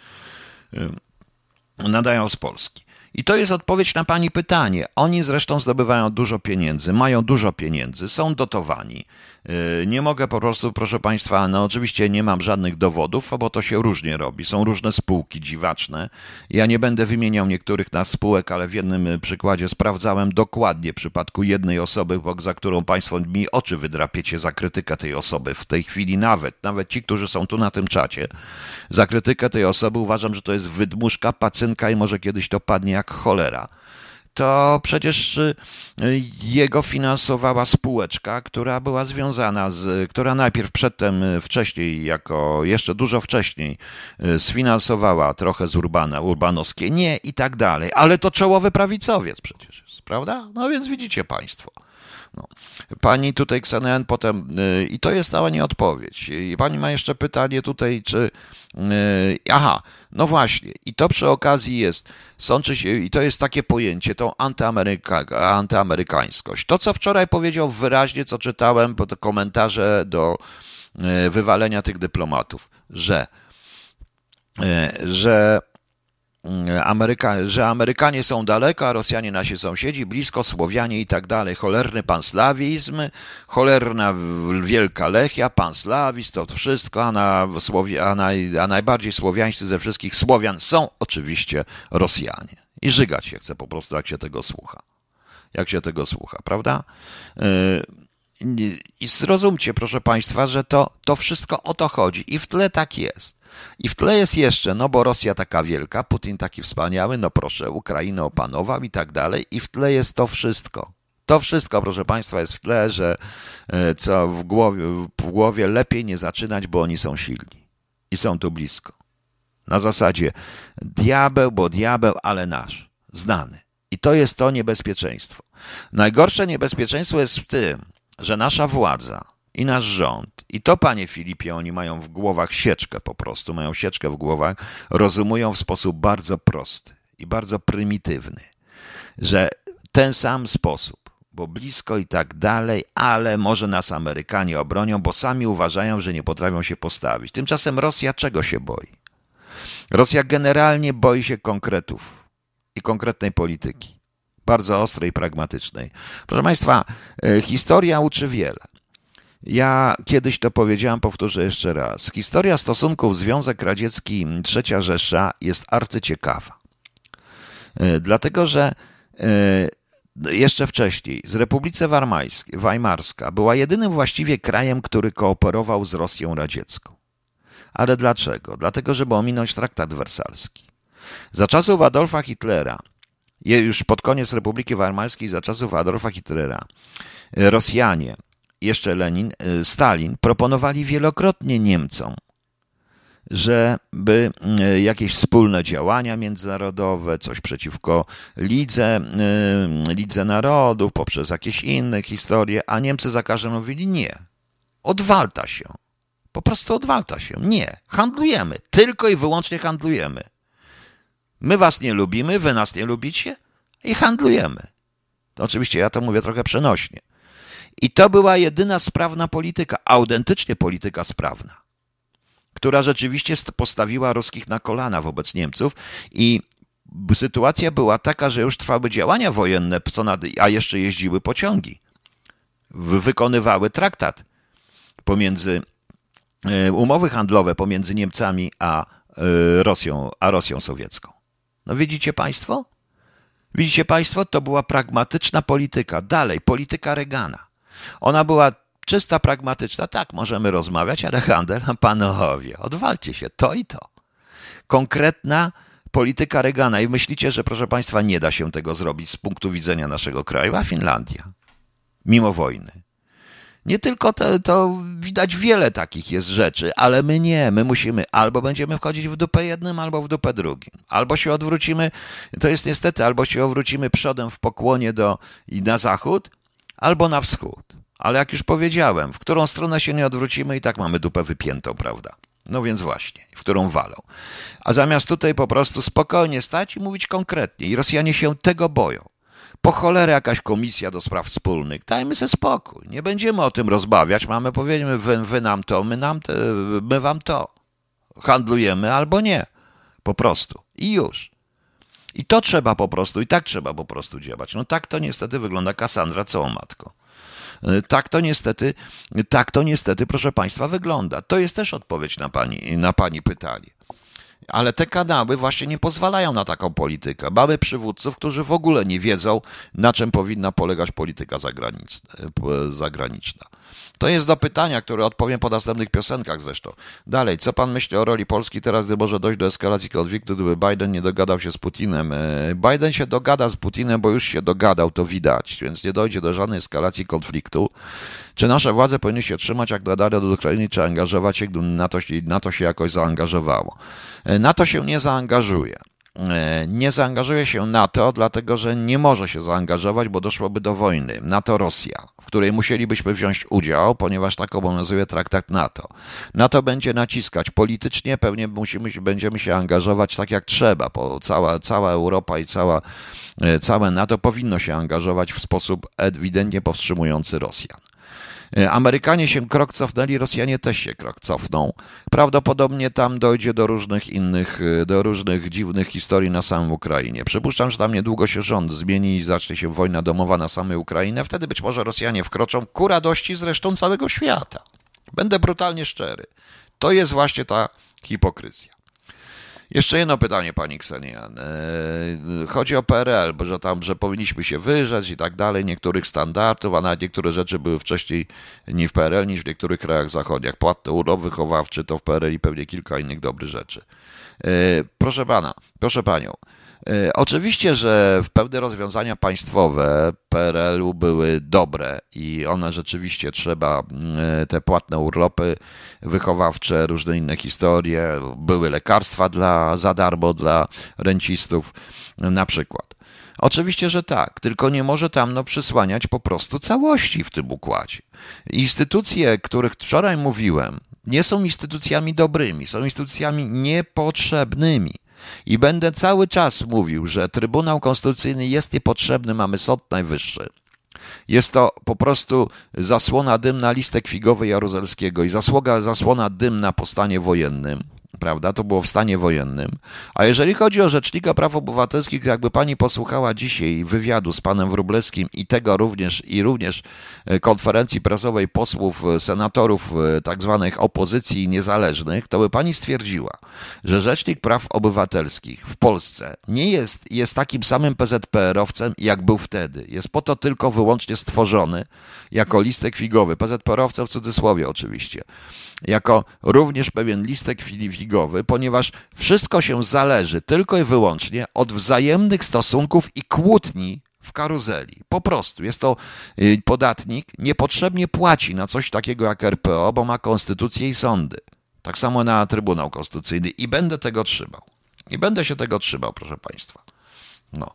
Nadają z Polski. I to jest odpowiedź na pani pytanie. Oni zresztą zdobywają dużo pieniędzy, mają dużo pieniędzy, są dotowani. Nie mogę po prostu, proszę państwa, no oczywiście nie mam żadnych dowodów, bo to się różnie robi. Są różne spółki dziwaczne. Ja nie będę wymieniał niektórych spółek, ale w jednym przykładzie sprawdzałem dokładnie w przypadku jednej osoby, za którą państwo mi oczy wydrapiecie za krytykę tej osoby. W tej chwili nawet ci, którzy są tu na tym czacie, za krytykę tej osoby uważam, że to jest wydmuszka, pacynka i może kiedyś to padnie jak cholera. To przecież jego finansowała spółeczka, która była związana która najpierw wcześniej, jeszcze dużo wcześniej sfinansowała trochę z Urbanowskie, nie i tak dalej, ale to czołowy prawicowiec przecież jest, prawda? No więc widzicie państwo. No. Pani tutaj Ksenen potem, i to jest cała nieodpowiedź. I pani ma jeszcze pytanie tutaj, czy no właśnie, i to przy okazji jest, sączy się, i to jest takie pojęcie, tą antyamerykańskość. To, co wczoraj powiedział wyraźnie, co czytałem, bo to komentarze do wywalenia tych dyplomatów, że Amerykanie są daleko, a Rosjanie nasi sąsiedzi, blisko, Słowianie i tak dalej. Cholerny panslawizm, cholerna wielka Lechia, panslawizm, to wszystko, a najbardziej słowiańscy ze wszystkich Słowian są oczywiście Rosjanie. I żygać się chce po prostu, jak się tego słucha. Prawda? I zrozumcie, proszę państwa, że to wszystko o to chodzi. I w tle tak jest. I w tle jest jeszcze, no bo Rosja taka wielka, Putin taki wspaniały, no proszę, Ukrainę opanował i tak dalej. I w tle jest to wszystko. To wszystko, proszę państwa, jest w tle, że co w głowie lepiej nie zaczynać, bo oni są silni. I są tu blisko. Na zasadzie diabeł, bo diabeł, ale nasz. Znany. I to jest to niebezpieczeństwo. Najgorsze niebezpieczeństwo jest w tym, że nasza władza i nasz rząd, i to, panie Filipie, oni mają w głowach sieczkę po prostu, mają sieczkę w głowach, rozumują w sposób bardzo prosty i bardzo prymitywny, że ten sam sposób, bo blisko i tak dalej, ale może nas Amerykanie obronią, bo sami uważają, że nie potrafią się postawić. Tymczasem Rosja czego się boi? Rosja generalnie boi się konkretów i konkretnej polityki. Bardzo ostrej i pragmatycznej. Proszę państwa, historia uczy wiele. Ja kiedyś to powiedziałem, powtórzę jeszcze raz. Historia stosunków Związek Radziecki III Rzesza jest arcyciekawa. Dlatego, że jeszcze wcześniej z Republice Weimarska była jedynym właściwie krajem, który kooperował z Rosją radziecką. Ale dlaczego? Dlatego, żeby ominąć traktat wersalski. Za czasów Adolfa Hitlera, już pod koniec Republiki Weimarskiej, za czasów Adolfa Hitlera, Rosjanie, jeszcze Stalin, proponowali wielokrotnie Niemcom, żeby jakieś wspólne działania międzynarodowe, coś przeciwko Lidze Narodów, poprzez jakieś inne historie, a Niemcy za każdym mówili nie. Odwalta się. Po prostu odwalta się. Nie. Handlujemy. Tylko i wyłącznie handlujemy. My was nie lubimy, wy nas nie lubicie i handlujemy. To oczywiście ja to mówię trochę przenośnie. I to była jedyna sprawna polityka, autentycznie polityka sprawna, która rzeczywiście postawiła ruskich na kolana wobec Niemców i sytuacja była taka, że już trwały działania wojenne, a jeszcze jeździły pociągi. Wykonywały traktat umowy handlowe pomiędzy Niemcami a Rosją sowiecką. No widzicie państwo? Widzicie państwo? To była pragmatyczna polityka. Dalej, polityka Reagana. Ona była czysta, pragmatyczna. Tak, możemy rozmawiać, ale handel, panowie, odwalcie się, to i to. Konkretna Polityka Reagana i myślicie, że proszę Państwa nie da się tego zrobić z punktu widzenia naszego kraju, a Finlandia, mimo wojny. Nie tylko to widać wiele takich jest rzeczy, ale my nie, my musimy albo będziemy wchodzić w dupę jednym, albo w dupę drugim. Albo się odwrócimy, to jest niestety, albo się odwrócimy przodem w pokłonie i na zachód, albo na wschód. Ale jak już powiedziałem, w którą stronę się nie odwrócimy i tak mamy dupę wypiętą, prawda? No więc właśnie, w którą walą. A zamiast tutaj po prostu spokojnie stać i mówić konkretnie. I Rosjanie się tego boją. Po cholerę jakaś komisja do spraw wspólnych. Dajmy sobie spokój. Nie będziemy o tym rozmawiać. Mamy, powiedzmy, wy nam to, my wam to. Handlujemy albo nie. Po prostu. I już. I to trzeba po prostu, i tak trzeba po prostu działać. No tak to niestety wygląda Kassandra całą matką. Tak to niestety, proszę Państwa, wygląda. To jest też odpowiedź na pani pytanie. Ale te kanały właśnie nie pozwalają na taką politykę. Mamy przywódców, którzy w ogóle nie wiedzą, na czym powinna polegać polityka zagraniczna. To jest do pytania, które odpowiem po następnych piosenkach zresztą. Dalej, co pan myśli o roli Polski teraz, gdy może dojść do eskalacji konfliktu, gdyby Biden nie dogadał się z Putinem? Biden się dogada z Putinem, bo już się dogadał, to widać, więc nie dojdzie do żadnej eskalacji konfliktu. Czy nasze władze powinny się trzymać jak nadal do Ukrainy, czy angażować się, gdyby NATO się jakoś zaangażowało? NATO się nie zaangażuje. Nie zaangażuje się NATO, dlatego że nie może się zaangażować, bo doszłoby do wojny NATO-Rosja, w której musielibyśmy wziąć udział, ponieważ tak obowiązuje traktat NATO. NATO będzie naciskać politycznie, pewnie będziemy się angażować tak jak trzeba, bo cała Europa i całe NATO powinno się angażować w sposób ewidentnie powstrzymujący Rosjan. Amerykanie się krok cofnęli, Rosjanie też się krok cofną. Prawdopodobnie tam dojdzie do różnych dziwnych historii na samej Ukrainie. Przypuszczam, że tam niedługo się rząd zmieni i zacznie się wojna domowa na samej Ukrainie. Wtedy być może Rosjanie wkroczą ku radości zresztą całego świata. Będę brutalnie szczery. To jest właśnie ta hipokryzja. Jeszcze jedno pytanie, pani Ksenian. Chodzi o PRL, że powinniśmy się wyrzec i tak dalej, niektórych standardów, a nawet niektóre rzeczy były wcześniej nie w PRL niż w niektórych krajach zachodnich. Płatny urlop wychowawczy to w PRL i pewnie kilka innych dobrych rzeczy. Proszę panią. Oczywiście, że pewne rozwiązania państwowe PRL-u były dobre i one rzeczywiście trzeba, te płatne urlopy wychowawcze, różne inne historie, były lekarstwa za darmo dla rencistów na przykład. Oczywiście, że tak, tylko nie może tam przysłaniać po prostu całości w tym układzie. Instytucje, których wczoraj mówiłem, nie są instytucjami dobrymi, są instytucjami niepotrzebnymi. I będę cały czas mówił, że Trybunał Konstytucyjny jest niepotrzebny, mamy Sąd Najwyższy. Jest to po prostu zasłona dymna listek figowy Jaruzelskiego i zasłona dymna po stanie wojennym. Prawda? To było w stanie wojennym. A jeżeli chodzi o Rzecznika Praw Obywatelskich, jakby pani posłuchała dzisiaj wywiadu z panem Wróblewskim i tego również konferencji prasowej posłów, senatorów tak zwanych opozycji niezależnych, to by pani stwierdziła, że Rzecznik Praw Obywatelskich w Polsce nie jest takim samym PZPR-owcem, jak był wtedy. Jest po to tylko wyłącznie stworzony jako listek figowy. PZPR-owcem w cudzysłowie oczywiście. Jako również pewien listek figowy, ponieważ wszystko się zależy tylko i wyłącznie od wzajemnych stosunków i kłótni w karuzeli. Po prostu jest to podatnik niepotrzebnie płaci na coś takiego jak RPO, bo ma konstytucję i sądy. Tak samo na Trybunał Konstytucyjny i będę tego trzymał. I będę się tego trzymał, proszę państwa. No.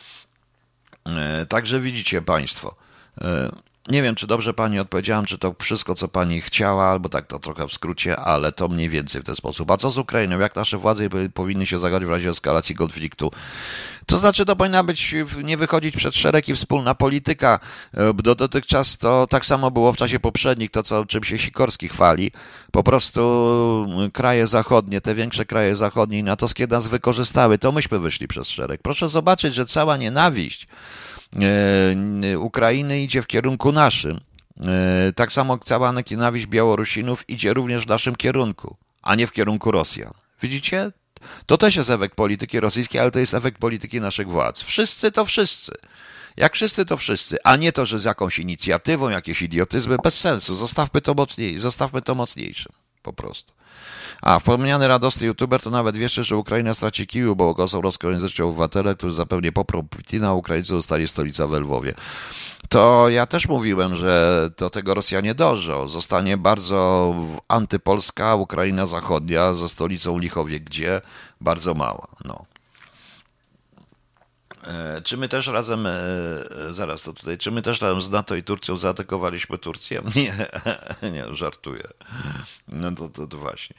Także widzicie państwo. Nie wiem, czy dobrze pani odpowiedziałam, czy to wszystko, co pani chciała, albo tak to trochę w skrócie, ale to mniej więcej w ten sposób. A co z Ukrainą? Jak nasze władze powinny się zagrać w razie eskalacji konfliktu? To znaczy, to powinna być, nie wychodzić przed szereg i wspólna polityka. Dotychczas to tak samo było w czasie poprzednich, czym się Sikorski chwali. Po prostu kraje zachodnie, te większe kraje zachodnie i natowskie nas wykorzystały. To myśmy wyszli przez szereg. Proszę zobaczyć, że cała nienawiść Ukrainy idzie w kierunku naszym. Tak samo cała nienawiść Białorusinów idzie również w naszym kierunku, a nie w kierunku Rosjan. Widzicie? To też jest efekt polityki rosyjskiej, ale to jest efekt polityki naszych władz. Wszyscy to wszyscy. Jak wszyscy to wszyscy, a nie to, że z jakąś inicjatywą, jakieś idiotyzmy, bez sensu. Zostawmy to mocniejszym. po prostu. A wspomniany radosny youtuber to nawet wiesz, że Ukraina straci Kijów, bo go są rosyjskojęzyczni obywatele, którzy zapewne poprą Putina, a Ukraińcy zostali stolica we Lwowie. To ja też mówiłem, że do tego Rosjanie dążą. Zostanie bardzo antypolska Ukraina Zachodnia ze stolicą Lichowie, gdzie bardzo mała. No. Czy my też razem, zaraz to tutaj, czy my też razem z NATO i Turcją zaatakowaliśmy Turcję? Nie, nie, żartuję. No to właśnie.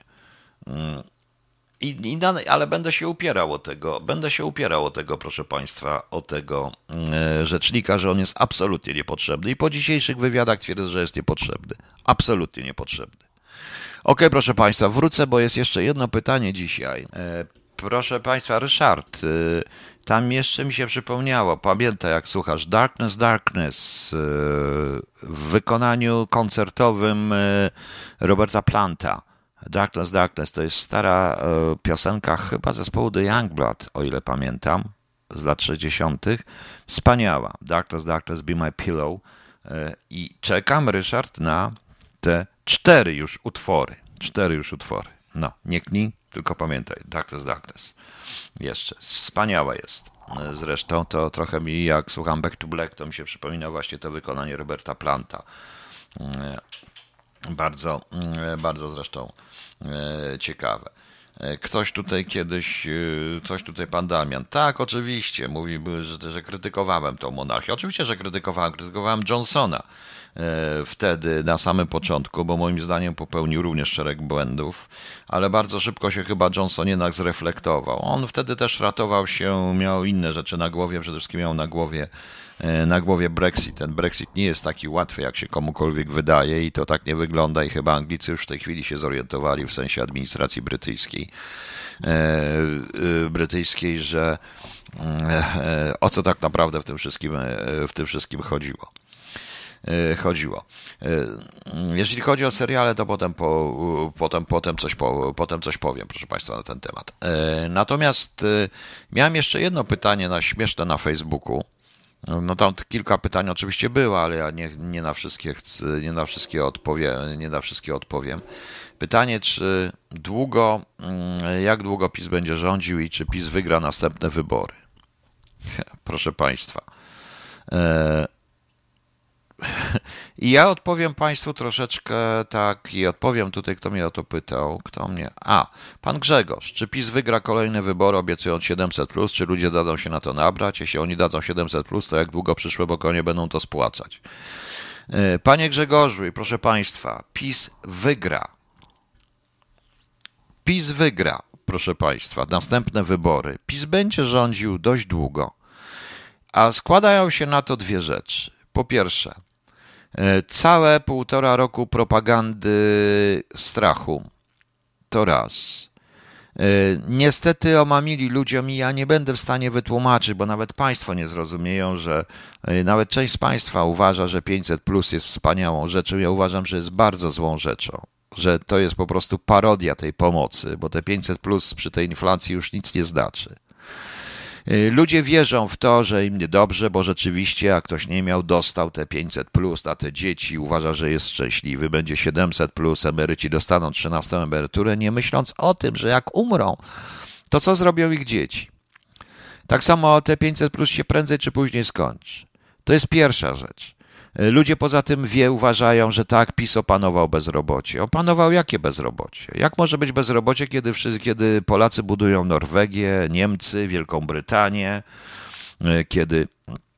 Ale będę się upierał o tego, proszę Państwa, o tego rzecznika, że on jest absolutnie niepotrzebny i po dzisiejszych wywiadach twierdzę, że jest niepotrzebny. Absolutnie niepotrzebny. Okej, proszę Państwa, wrócę, bo jest jeszcze jedno pytanie dzisiaj. Proszę Państwa, Ryszard, tam jeszcze mi się przypomniało, pamiętaj jak słuchasz, Darkness, Darkness w wykonaniu koncertowym Roberta Planta. Darkness, Darkness to jest stara piosenka chyba zespołu The Youngblood, o ile pamiętam, z lat 60. Wspaniała. Darkness, Darkness, Be My Pillow. I czekam, Ryszard, na te 4 już utwory. No, nie knij, tylko pamiętaj. Darkness, Darkness. Jeszcze. Wspaniała jest. Zresztą to trochę mi, jak słucham Back to Black, to mi się przypomina właśnie to wykonanie Roberta Planta. Bardzo, bardzo zresztą ciekawe. Ktoś tutaj pan Damian. Tak, oczywiście, mówi, że krytykowałem tą monarchię. Oczywiście, że krytykowałem Johnsona wtedy na samym początku, bo moim zdaniem popełnił również szereg błędów, ale bardzo szybko się chyba Johnson jednak zreflektował. On wtedy też ratował się, miał inne rzeczy na głowie, przede wszystkim miał na głowie Brexit. Ten Brexit nie jest taki łatwy, jak się komukolwiek wydaje i to tak nie wygląda i chyba Anglicy już w tej chwili się zorientowali w sensie administracji brytyjskiej, że o co tak naprawdę w tym wszystkim chodziło. Jeśli chodzi o seriale, to potem coś powiem, proszę Państwa, na ten temat. Natomiast miałem jeszcze jedno pytanie śmieszne na Facebooku. No tam kilka pytań oczywiście było, ale ja nie na wszystkie odpowiem. Pytanie, jak długo PiS będzie rządził i czy PiS wygra następne wybory? Proszę Państwa. I ja odpowiem Państwu troszeczkę tak i odpowiem tutaj, kto mnie o to pytał. Pan Grzegorz. Czy PiS wygra kolejne wybory obiecując 700+, czy ludzie dadzą się na to nabrać? Jeśli oni dadzą 700+, to jak długo przyszłe pokolenie będą to spłacać? Panie Grzegorzu i proszę Państwa, PiS wygra. PiS wygra, proszę Państwa, następne wybory. PiS będzie rządził dość długo, a składają się na to dwie rzeczy. Po pierwsze, całe 1,5 roku propagandy strachu. To raz. Niestety omamili ludziom i ja nie będę w stanie wytłumaczyć, bo nawet Państwo nie zrozumieją, że nawet część z Państwa uważa, że 500+ jest wspaniałą rzeczą. Ja uważam, że jest bardzo złą rzeczą. Że to jest po prostu parodia tej pomocy, bo te 500+ przy tej inflacji już nic nie znaczy. Ludzie wierzą w to, że im niedobrze, bo rzeczywiście jak ktoś nie miał, dostał te 500+ na te dzieci, uważa, że jest szczęśliwy, będzie 700+, emeryci dostaną 13. emeryturę, nie myśląc o tym, że jak umrą, to co zrobią ich dzieci. Tak samo te 500+ się prędzej czy później skończy. To jest pierwsza rzecz. Ludzie poza tym uważają, że tak, PiS opanował bezrobocie. Opanował jakie bezrobocie? Jak może być bezrobocie, kiedy Polacy budują Norwegię, Niemcy, Wielką Brytanię, kiedy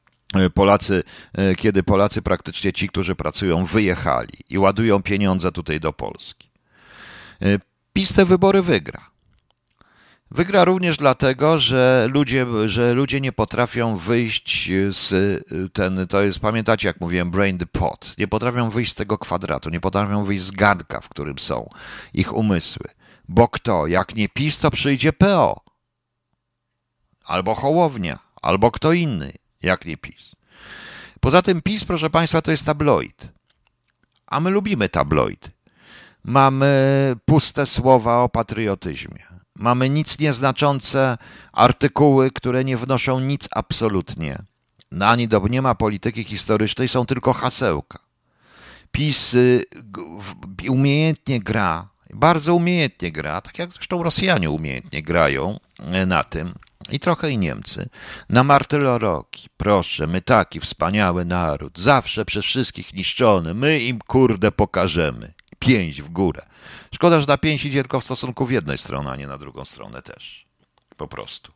Polacy praktycznie ci, którzy pracują, wyjechali i ładują pieniądze tutaj do Polski? PiS te wybory wygra. Wygra również dlatego, że ludzie nie potrafią wyjść to jest, pamiętacie jak mówiłem, brain the pot, nie potrafią wyjść z tego kwadratu, nie potrafią wyjść z garnka, w którym są ich umysły. Bo kto? Jak nie PiS, to przyjdzie PO. Albo Hołownia, albo kto inny, jak nie PiS. Poza tym PiS, proszę Państwa, to jest tabloid. A my lubimy tabloidy. Mamy puste słowa o patriotyzmie. Mamy nic nieznaczące artykuły, które nie wnoszą nic absolutnie. Nie ma polityki historycznej, są tylko hasełka. PiS umiejętnie gra Bardzo umiejętnie gra, tak jak zresztą Rosjanie umiejętnie grają na tym i trochę i Niemcy. Na martyrologi, proszę, my taki wspaniały naród, zawsze przez wszystkich niszczony, my im kurde pokażemy. 5 w górę. Szkoda, że na 5 idzie tylko w stosunku w jednej stronie, a nie na drugą stronę też. Po prostu.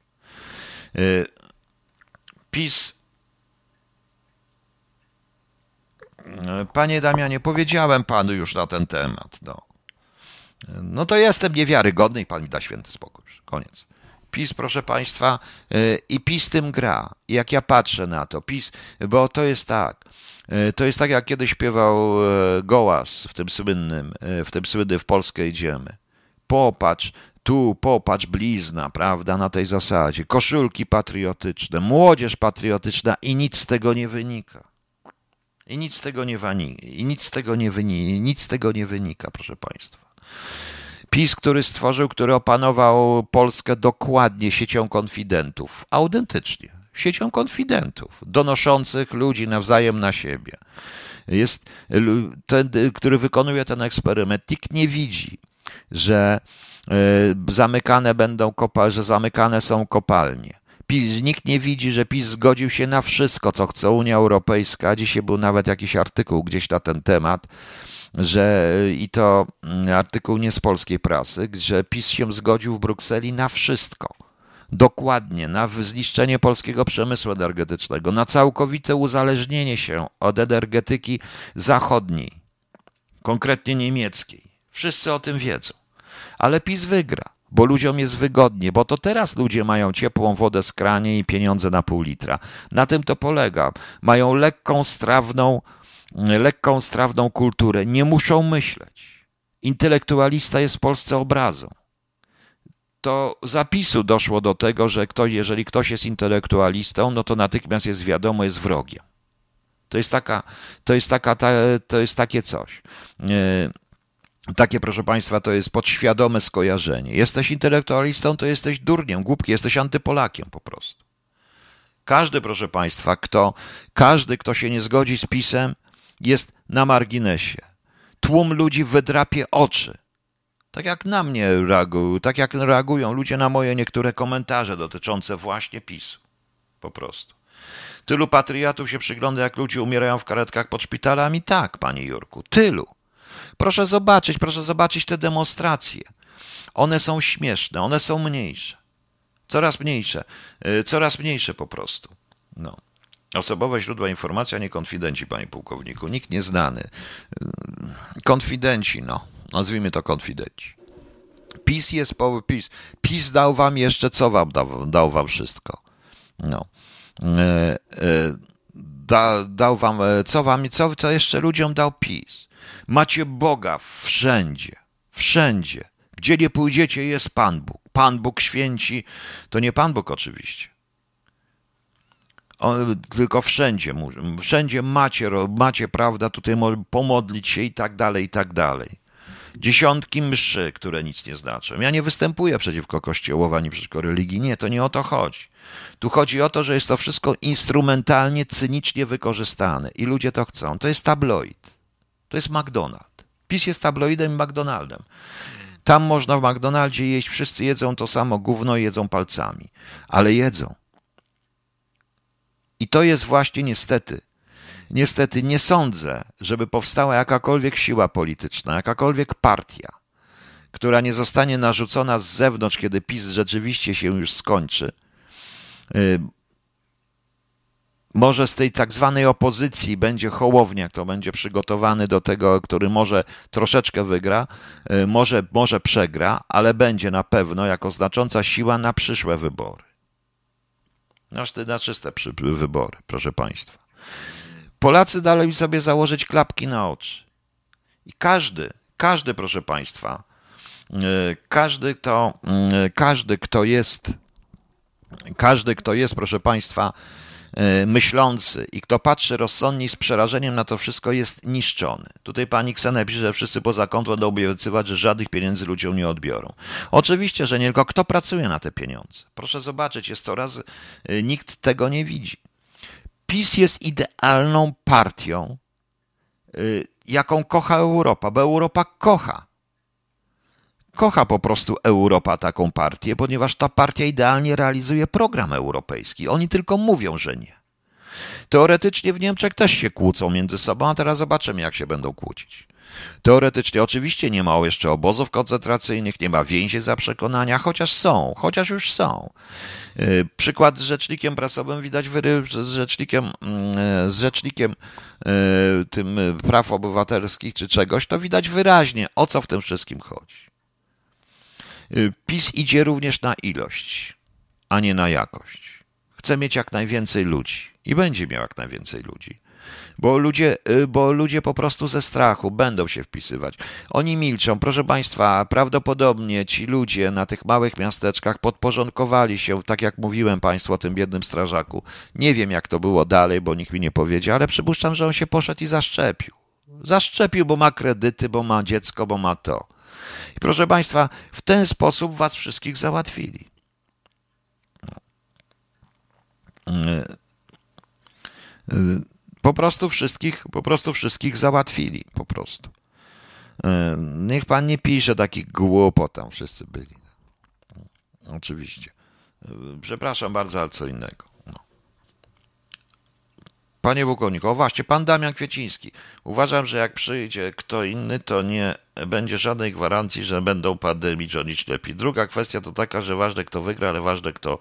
PiS. Panie Damianie, powiedziałem panu już na ten temat. No to jestem niewiarygodny i pan mi da święty spokój. Koniec. PiS, proszę państwa, i PiS tym gra. I jak ja patrzę na to, PiS, bo to jest tak. To jest tak, jak kiedyś śpiewał Gołas w tym słynnym W Polskę idziemy. Popatrz, tu popatrz blizna, prawda, na tej zasadzie. Koszulki patriotyczne, młodzież patriotyczna i nic z tego nie wynika. Nic z tego nie wynika, proszę państwa. PiS, który opanował Polskę dokładnie siecią konfidentów, autentycznie, siecią konfidentów, donoszących ludzi nawzajem na siebie. Jest ten, który wykonuje ten eksperyment. Nikt nie widzi, że zamykane są kopalnie. Nikt nie widzi, że PiS zgodził się na wszystko, co chce Unia Europejska. Dzisiaj był nawet jakiś artykuł gdzieś na ten temat, i to artykuł nie z polskiej prasy, że PiS się zgodził w Brukseli na wszystko. Dokładnie, na zniszczenie polskiego przemysłu energetycznego, na całkowite uzależnienie się od energetyki zachodniej, konkretnie niemieckiej. Wszyscy o tym wiedzą. Ale PiS wygra, bo ludziom jest wygodnie, bo to teraz ludzie mają ciepłą wodę z kranie i pieniądze na pół litra. Na tym to polega. Mają lekką, strawną kulturę. Nie muszą myśleć. Intelektualista jest w Polsce obrazą. To zapisu doszło do tego, że jeżeli ktoś jest intelektualistą, no to natychmiast jest wiadomo, jest wrogiem. To jest takie coś. Takie, proszę państwa, to jest podświadome skojarzenie. Jesteś intelektualistą, to jesteś durniem, głupkiem, jesteś antypolakiem po prostu. Proszę państwa, kto się nie zgodzi z PiS-em, jest na marginesie. Tłum ludzi wydrapie oczy. Tak jak na mnie reagują, tak jak reagują ludzie na moje niektóre komentarze dotyczące właśnie PiS-u. Po prostu. Tylu patriotów się przygląda, jak ludzie umierają w karetkach pod szpitalami? Tak, panie Jurku, tylu. Proszę zobaczyć te demonstracje. One są śmieszne, one są mniejsze. Coraz mniejsze po prostu. No. Osobowe źródła informacji, a nie konfidenci, panie pułkowniku. Nikt nieznany. Konfidenci, nazwijmy to konfidenci. PiS dał wam jeszcze, co wam dał wam wszystko. Dał wam, co jeszcze ludziom dał PiS. Macie Boga wszędzie. Gdzie nie pójdziecie, jest Pan Bóg. Pan Bóg święci, to nie Pan Bóg oczywiście. Tylko wszędzie macie, prawda, tutaj pomodlić się i tak dalej. Dziesiątki mszy, które nic nie znaczą. Ja nie występuję przeciwko Kościołowi ani przeciwko religii. Nie, to nie o to chodzi. Tu chodzi o to, że jest to wszystko instrumentalnie, cynicznie wykorzystane i ludzie to chcą. To jest tabloid. To jest McDonald's. PiS jest tabloidem i McDonaldem. Tam można w McDonaldzie jeść, wszyscy jedzą to samo gówno i jedzą palcami. Ale jedzą. I to jest właśnie niestety nie sądzę, żeby powstała jakakolwiek siła polityczna, jakakolwiek partia, która nie zostanie narzucona z zewnątrz, kiedy PiS rzeczywiście się już skończy. Może z tej tak zwanej opozycji będzie Hołownia, kto będzie przygotowany do tego, który może troszeczkę wygra, może przegra, ale będzie na pewno jako znacząca siła na przyszłe wybory. Na czyste wybory, proszę państwa. Polacy dali sobie założyć klapki na oczy. I każdy, proszę państwa, każdy, kto jest, proszę państwa, myślący i kto patrzy rozsądnie z przerażeniem na to wszystko, jest niszczony. Tutaj pani Ksenia pisze, że wszyscy poza kąt będą obiecywać, że żadnych pieniędzy ludziom nie odbiorą. Oczywiście, że nie, tylko kto pracuje na te pieniądze? Proszę zobaczyć, nikt tego nie widzi. PiS jest idealną partią, jaką kocha Europa, bo Europa kocha. Kocha po prostu Europa taką partię, ponieważ ta partia idealnie realizuje program europejski. Oni tylko mówią, że nie. Teoretycznie w Niemczech też się kłócą między sobą, a teraz zobaczymy, jak się będą kłócić. Teoretycznie oczywiście nie ma jeszcze obozów koncentracyjnych, nie ma więzień za przekonania, chociaż już są. Przykład z rzecznikiem prasowym widać, z rzecznikiem tym praw obywatelskich czy czegoś, to widać wyraźnie, o co w tym wszystkim chodzi. PiS idzie również na ilość, a nie na jakość. Chce mieć jak najwięcej ludzi i będzie miał jak najwięcej ludzi. Bo ludzie po prostu ze strachu będą się wpisywać. Oni milczą. Proszę Państwa, prawdopodobnie ci ludzie na tych małych miasteczkach podporządkowali się, tak jak mówiłem Państwu o tym biednym strażaku. Nie wiem, jak to było dalej, bo nikt mi nie powiedział, ale przypuszczam, że on się poszedł i zaszczepił. Zaszczepił, bo ma kredyty, bo ma dziecko, bo ma to. I proszę Państwa, w ten sposób was wszystkich załatwili. Po prostu wszystkich załatwili, po prostu. Niech pan nie pisze takich głupot, tam wszyscy byli. Oczywiście. Przepraszam bardzo, ale co innego. No. Panie pułkowniku, o właśnie, pan Damian Kwieciński. Uważam, że jak przyjdzie kto inny, to nie będzie żadnej gwarancji, że będą pandemii rządzić lepiej. Druga kwestia to taka, że ważne kto wygra, ale ważne kto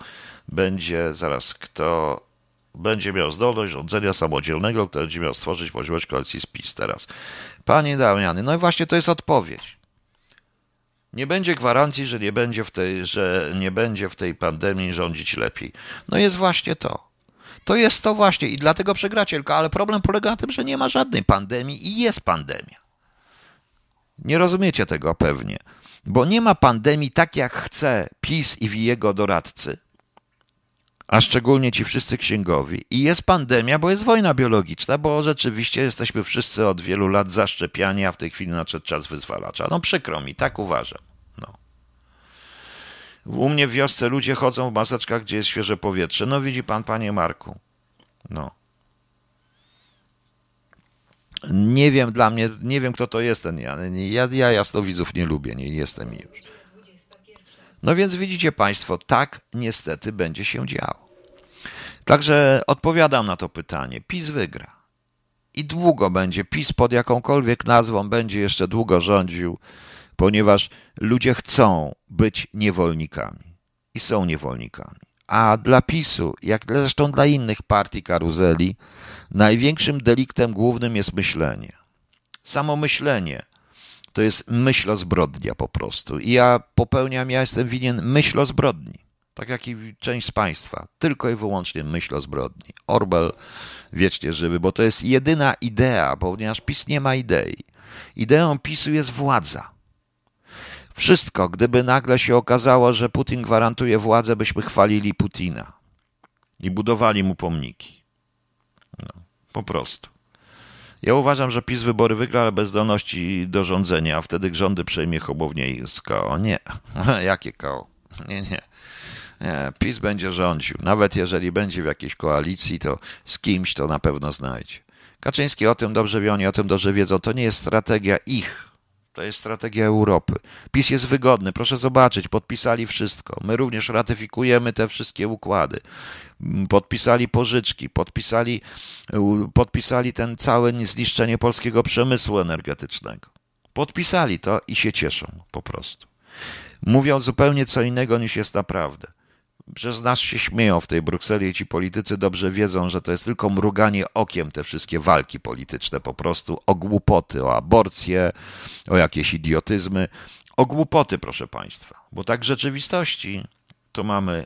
będzie miał zdolność rządzenia samodzielnego, który będzie miał stworzyć możliwość koalicji z PiS teraz. Panie Damiany, no i właśnie to jest odpowiedź. Nie będzie gwarancji, że nie będzie w tej pandemii rządzić lepiej. No jest właśnie to. To jest to właśnie i dlatego przegracie, ale problem polega na tym, że nie ma żadnej pandemii i jest pandemia. Nie rozumiecie tego pewnie, bo nie ma pandemii tak jak chce PiS i jego doradcy, a szczególnie ci wszyscy księgowi. I jest pandemia, bo jest wojna biologiczna, bo rzeczywiście jesteśmy wszyscy od wielu lat zaszczepiani, a w tej chwili nadszedł czas wyzwalacza. No przykro mi, tak uważam. No. U mnie w wiosce ludzie chodzą w maseczkach, gdzie jest świeże powietrze. No widzi pan, panie Marku. No. Nie wiem, nie wiem kto to jest ten Jan. Ja jasnowidzów nie lubię, nie jestem już. No więc widzicie państwo, tak niestety będzie się działo. Także odpowiadam na to pytanie. PiS wygra. I długo będzie. PiS pod jakąkolwiek nazwą będzie jeszcze długo rządził, ponieważ ludzie chcą być niewolnikami. I są niewolnikami. A dla PiS-u, jak zresztą dla innych partii karuzeli, największym deliktem głównym jest myślenie. Samo myślenie. To jest myślozbrodnia po prostu. I ja jestem winien myślozbrodni. Tak jak i część z państwa. Tylko i wyłącznie myślozbrodni. Orwell wiecznie żywy, bo to jest jedyna idea, ponieważ PiS nie ma idei. Ideą PiS-u jest władza. Wszystko, gdyby nagle się okazało, że Putin gwarantuje władzę, byśmy chwalili Putina. I budowali mu pomniki. No, po prostu. Ja uważam, że PiS wybory wygra, ale bez zdolności do rządzenia, a wtedy rządy przejmie Hołownia z KO. Nie. Jakie KO? Nie. PiS będzie rządził. Nawet jeżeli będzie w jakiejś koalicji, to z kimś to na pewno znajdzie. Kaczyński o tym dobrze wie, oni o tym dobrze wiedzą. To nie jest strategia ich. To jest strategia Europy. PiS jest wygodny. Proszę zobaczyć, podpisali wszystko. My również ratyfikujemy te wszystkie układy. Podpisali pożyczki, podpisali ten całe zniszczenie polskiego przemysłu energetycznego. Podpisali to i się cieszą po prostu. Mówią zupełnie co innego niż jest naprawdę. Przez nas się śmieją w tej Brukseli i ci politycy dobrze wiedzą, że to jest tylko mruganie okiem te wszystkie walki polityczne po prostu o głupoty, o aborcję, o jakieś idiotyzmy, o głupoty proszę państwa. Bo tak w rzeczywistości to mamy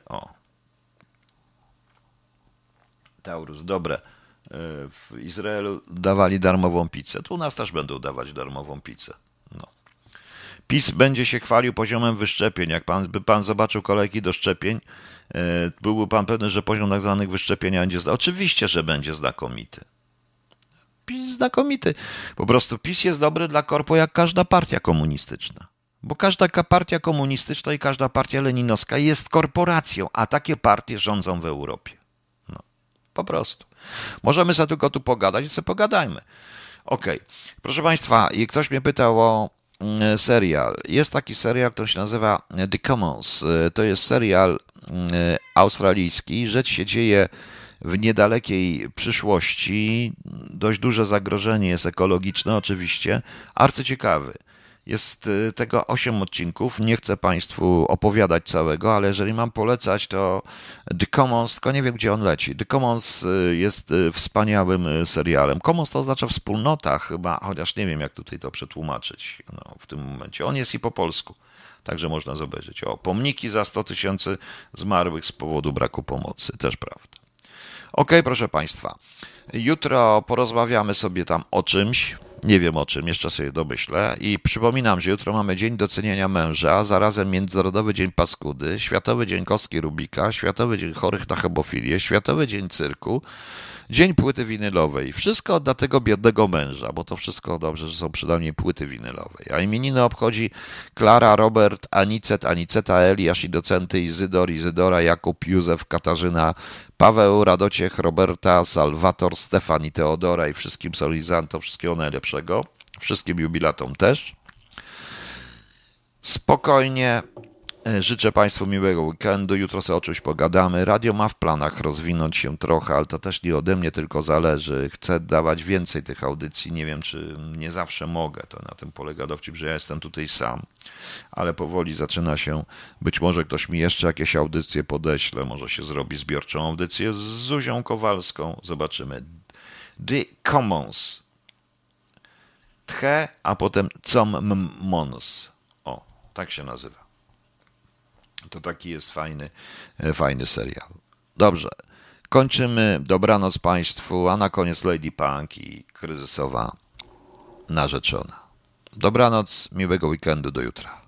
Taurus, dobre. W Izraelu dawali darmową pizzę. Tu u nas też będą dawać darmową pizzę. No. PiS będzie się chwalił poziomem wyszczepień. Jak by pan zobaczył kolejki do szczepień, byłby pan pewny, że poziom tak zwanych wyszczepień będzie oczywiście, że będzie znakomity. PiS znakomity. Po prostu PiS jest dobry dla korpo jak każda partia komunistyczna. Bo każda partia komunistyczna i każda partia leninowska jest korporacją, a takie partie rządzą w Europie. No, po prostu. Możemy sobie tylko tu pogadać i sobie pogadajmy. Okej. Proszę państwa, i ktoś mnie pytał o serial. Jest taki serial, który się nazywa The Commons. To jest serial australijski. Rzecz się dzieje w niedalekiej przyszłości. Dość duże zagrożenie jest ekologiczne oczywiście. Arcyciekawy. Jest tego 8 odcinków. Nie chcę Państwu opowiadać całego, ale jeżeli mam polecać, to The Commons, tylko nie wiem, gdzie on leci. The Commons jest wspaniałym serialem. Commons to oznacza wspólnota chyba, chociaż nie wiem, jak tutaj to przetłumaczyć w tym momencie. On jest i po polsku, także można zobaczyć. O, pomniki za 100 000 zmarłych z powodu braku pomocy, też prawda. Okej, proszę Państwa. Jutro porozmawiamy sobie tam o czymś. Nie wiem o czym, jeszcze sobie domyślę. I przypominam, że jutro mamy Dzień Doceniania Męża, zarazem Międzynarodowy Dzień Paskudy, Światowy Dzień Kostki Rubika, Światowy Dzień Chorych na Hebofilię, Światowy Dzień Cyrku, Dzień Płyty Winylowej. Wszystko dla tego biednego męża, bo to wszystko dobrze, że są przynajmniej płyty winylowej. A imieniny obchodzi Klara, Robert, Anicet, Aniceta, Eliasz i docenty Izydor, Izydora, Jakub, Józef, Katarzyna, Paweł, Radociech, Roberta, Salwator, Stefan i Teodora i wszystkim solenizantom wszystkiego najlepszego. Wszystkim jubilatom też. Spokojnie. Życzę Państwu miłego weekendu. Jutro sobie o czymś pogadamy. Radio ma w planach rozwinąć się trochę, ale to też nie ode mnie tylko zależy. Chcę dawać więcej tych audycji. Nie wiem, czy nie zawsze mogę. To na tym polega dowcip, że ja jestem tutaj sam. Ale powoli zaczyna się. Być może ktoś mi jeszcze jakieś audycje podeśle. Może się zrobi zbiorczą audycję z Zuzią Kowalską. Zobaczymy. The Commons. Tche, a potem Commons. O, tak się nazywa. To taki jest fajny serial. Dobrze, kończymy. Dobranoc Państwu, a na koniec Lady Punk i kryzysowa narzeczona. Dobranoc, miłego weekendu, do jutra.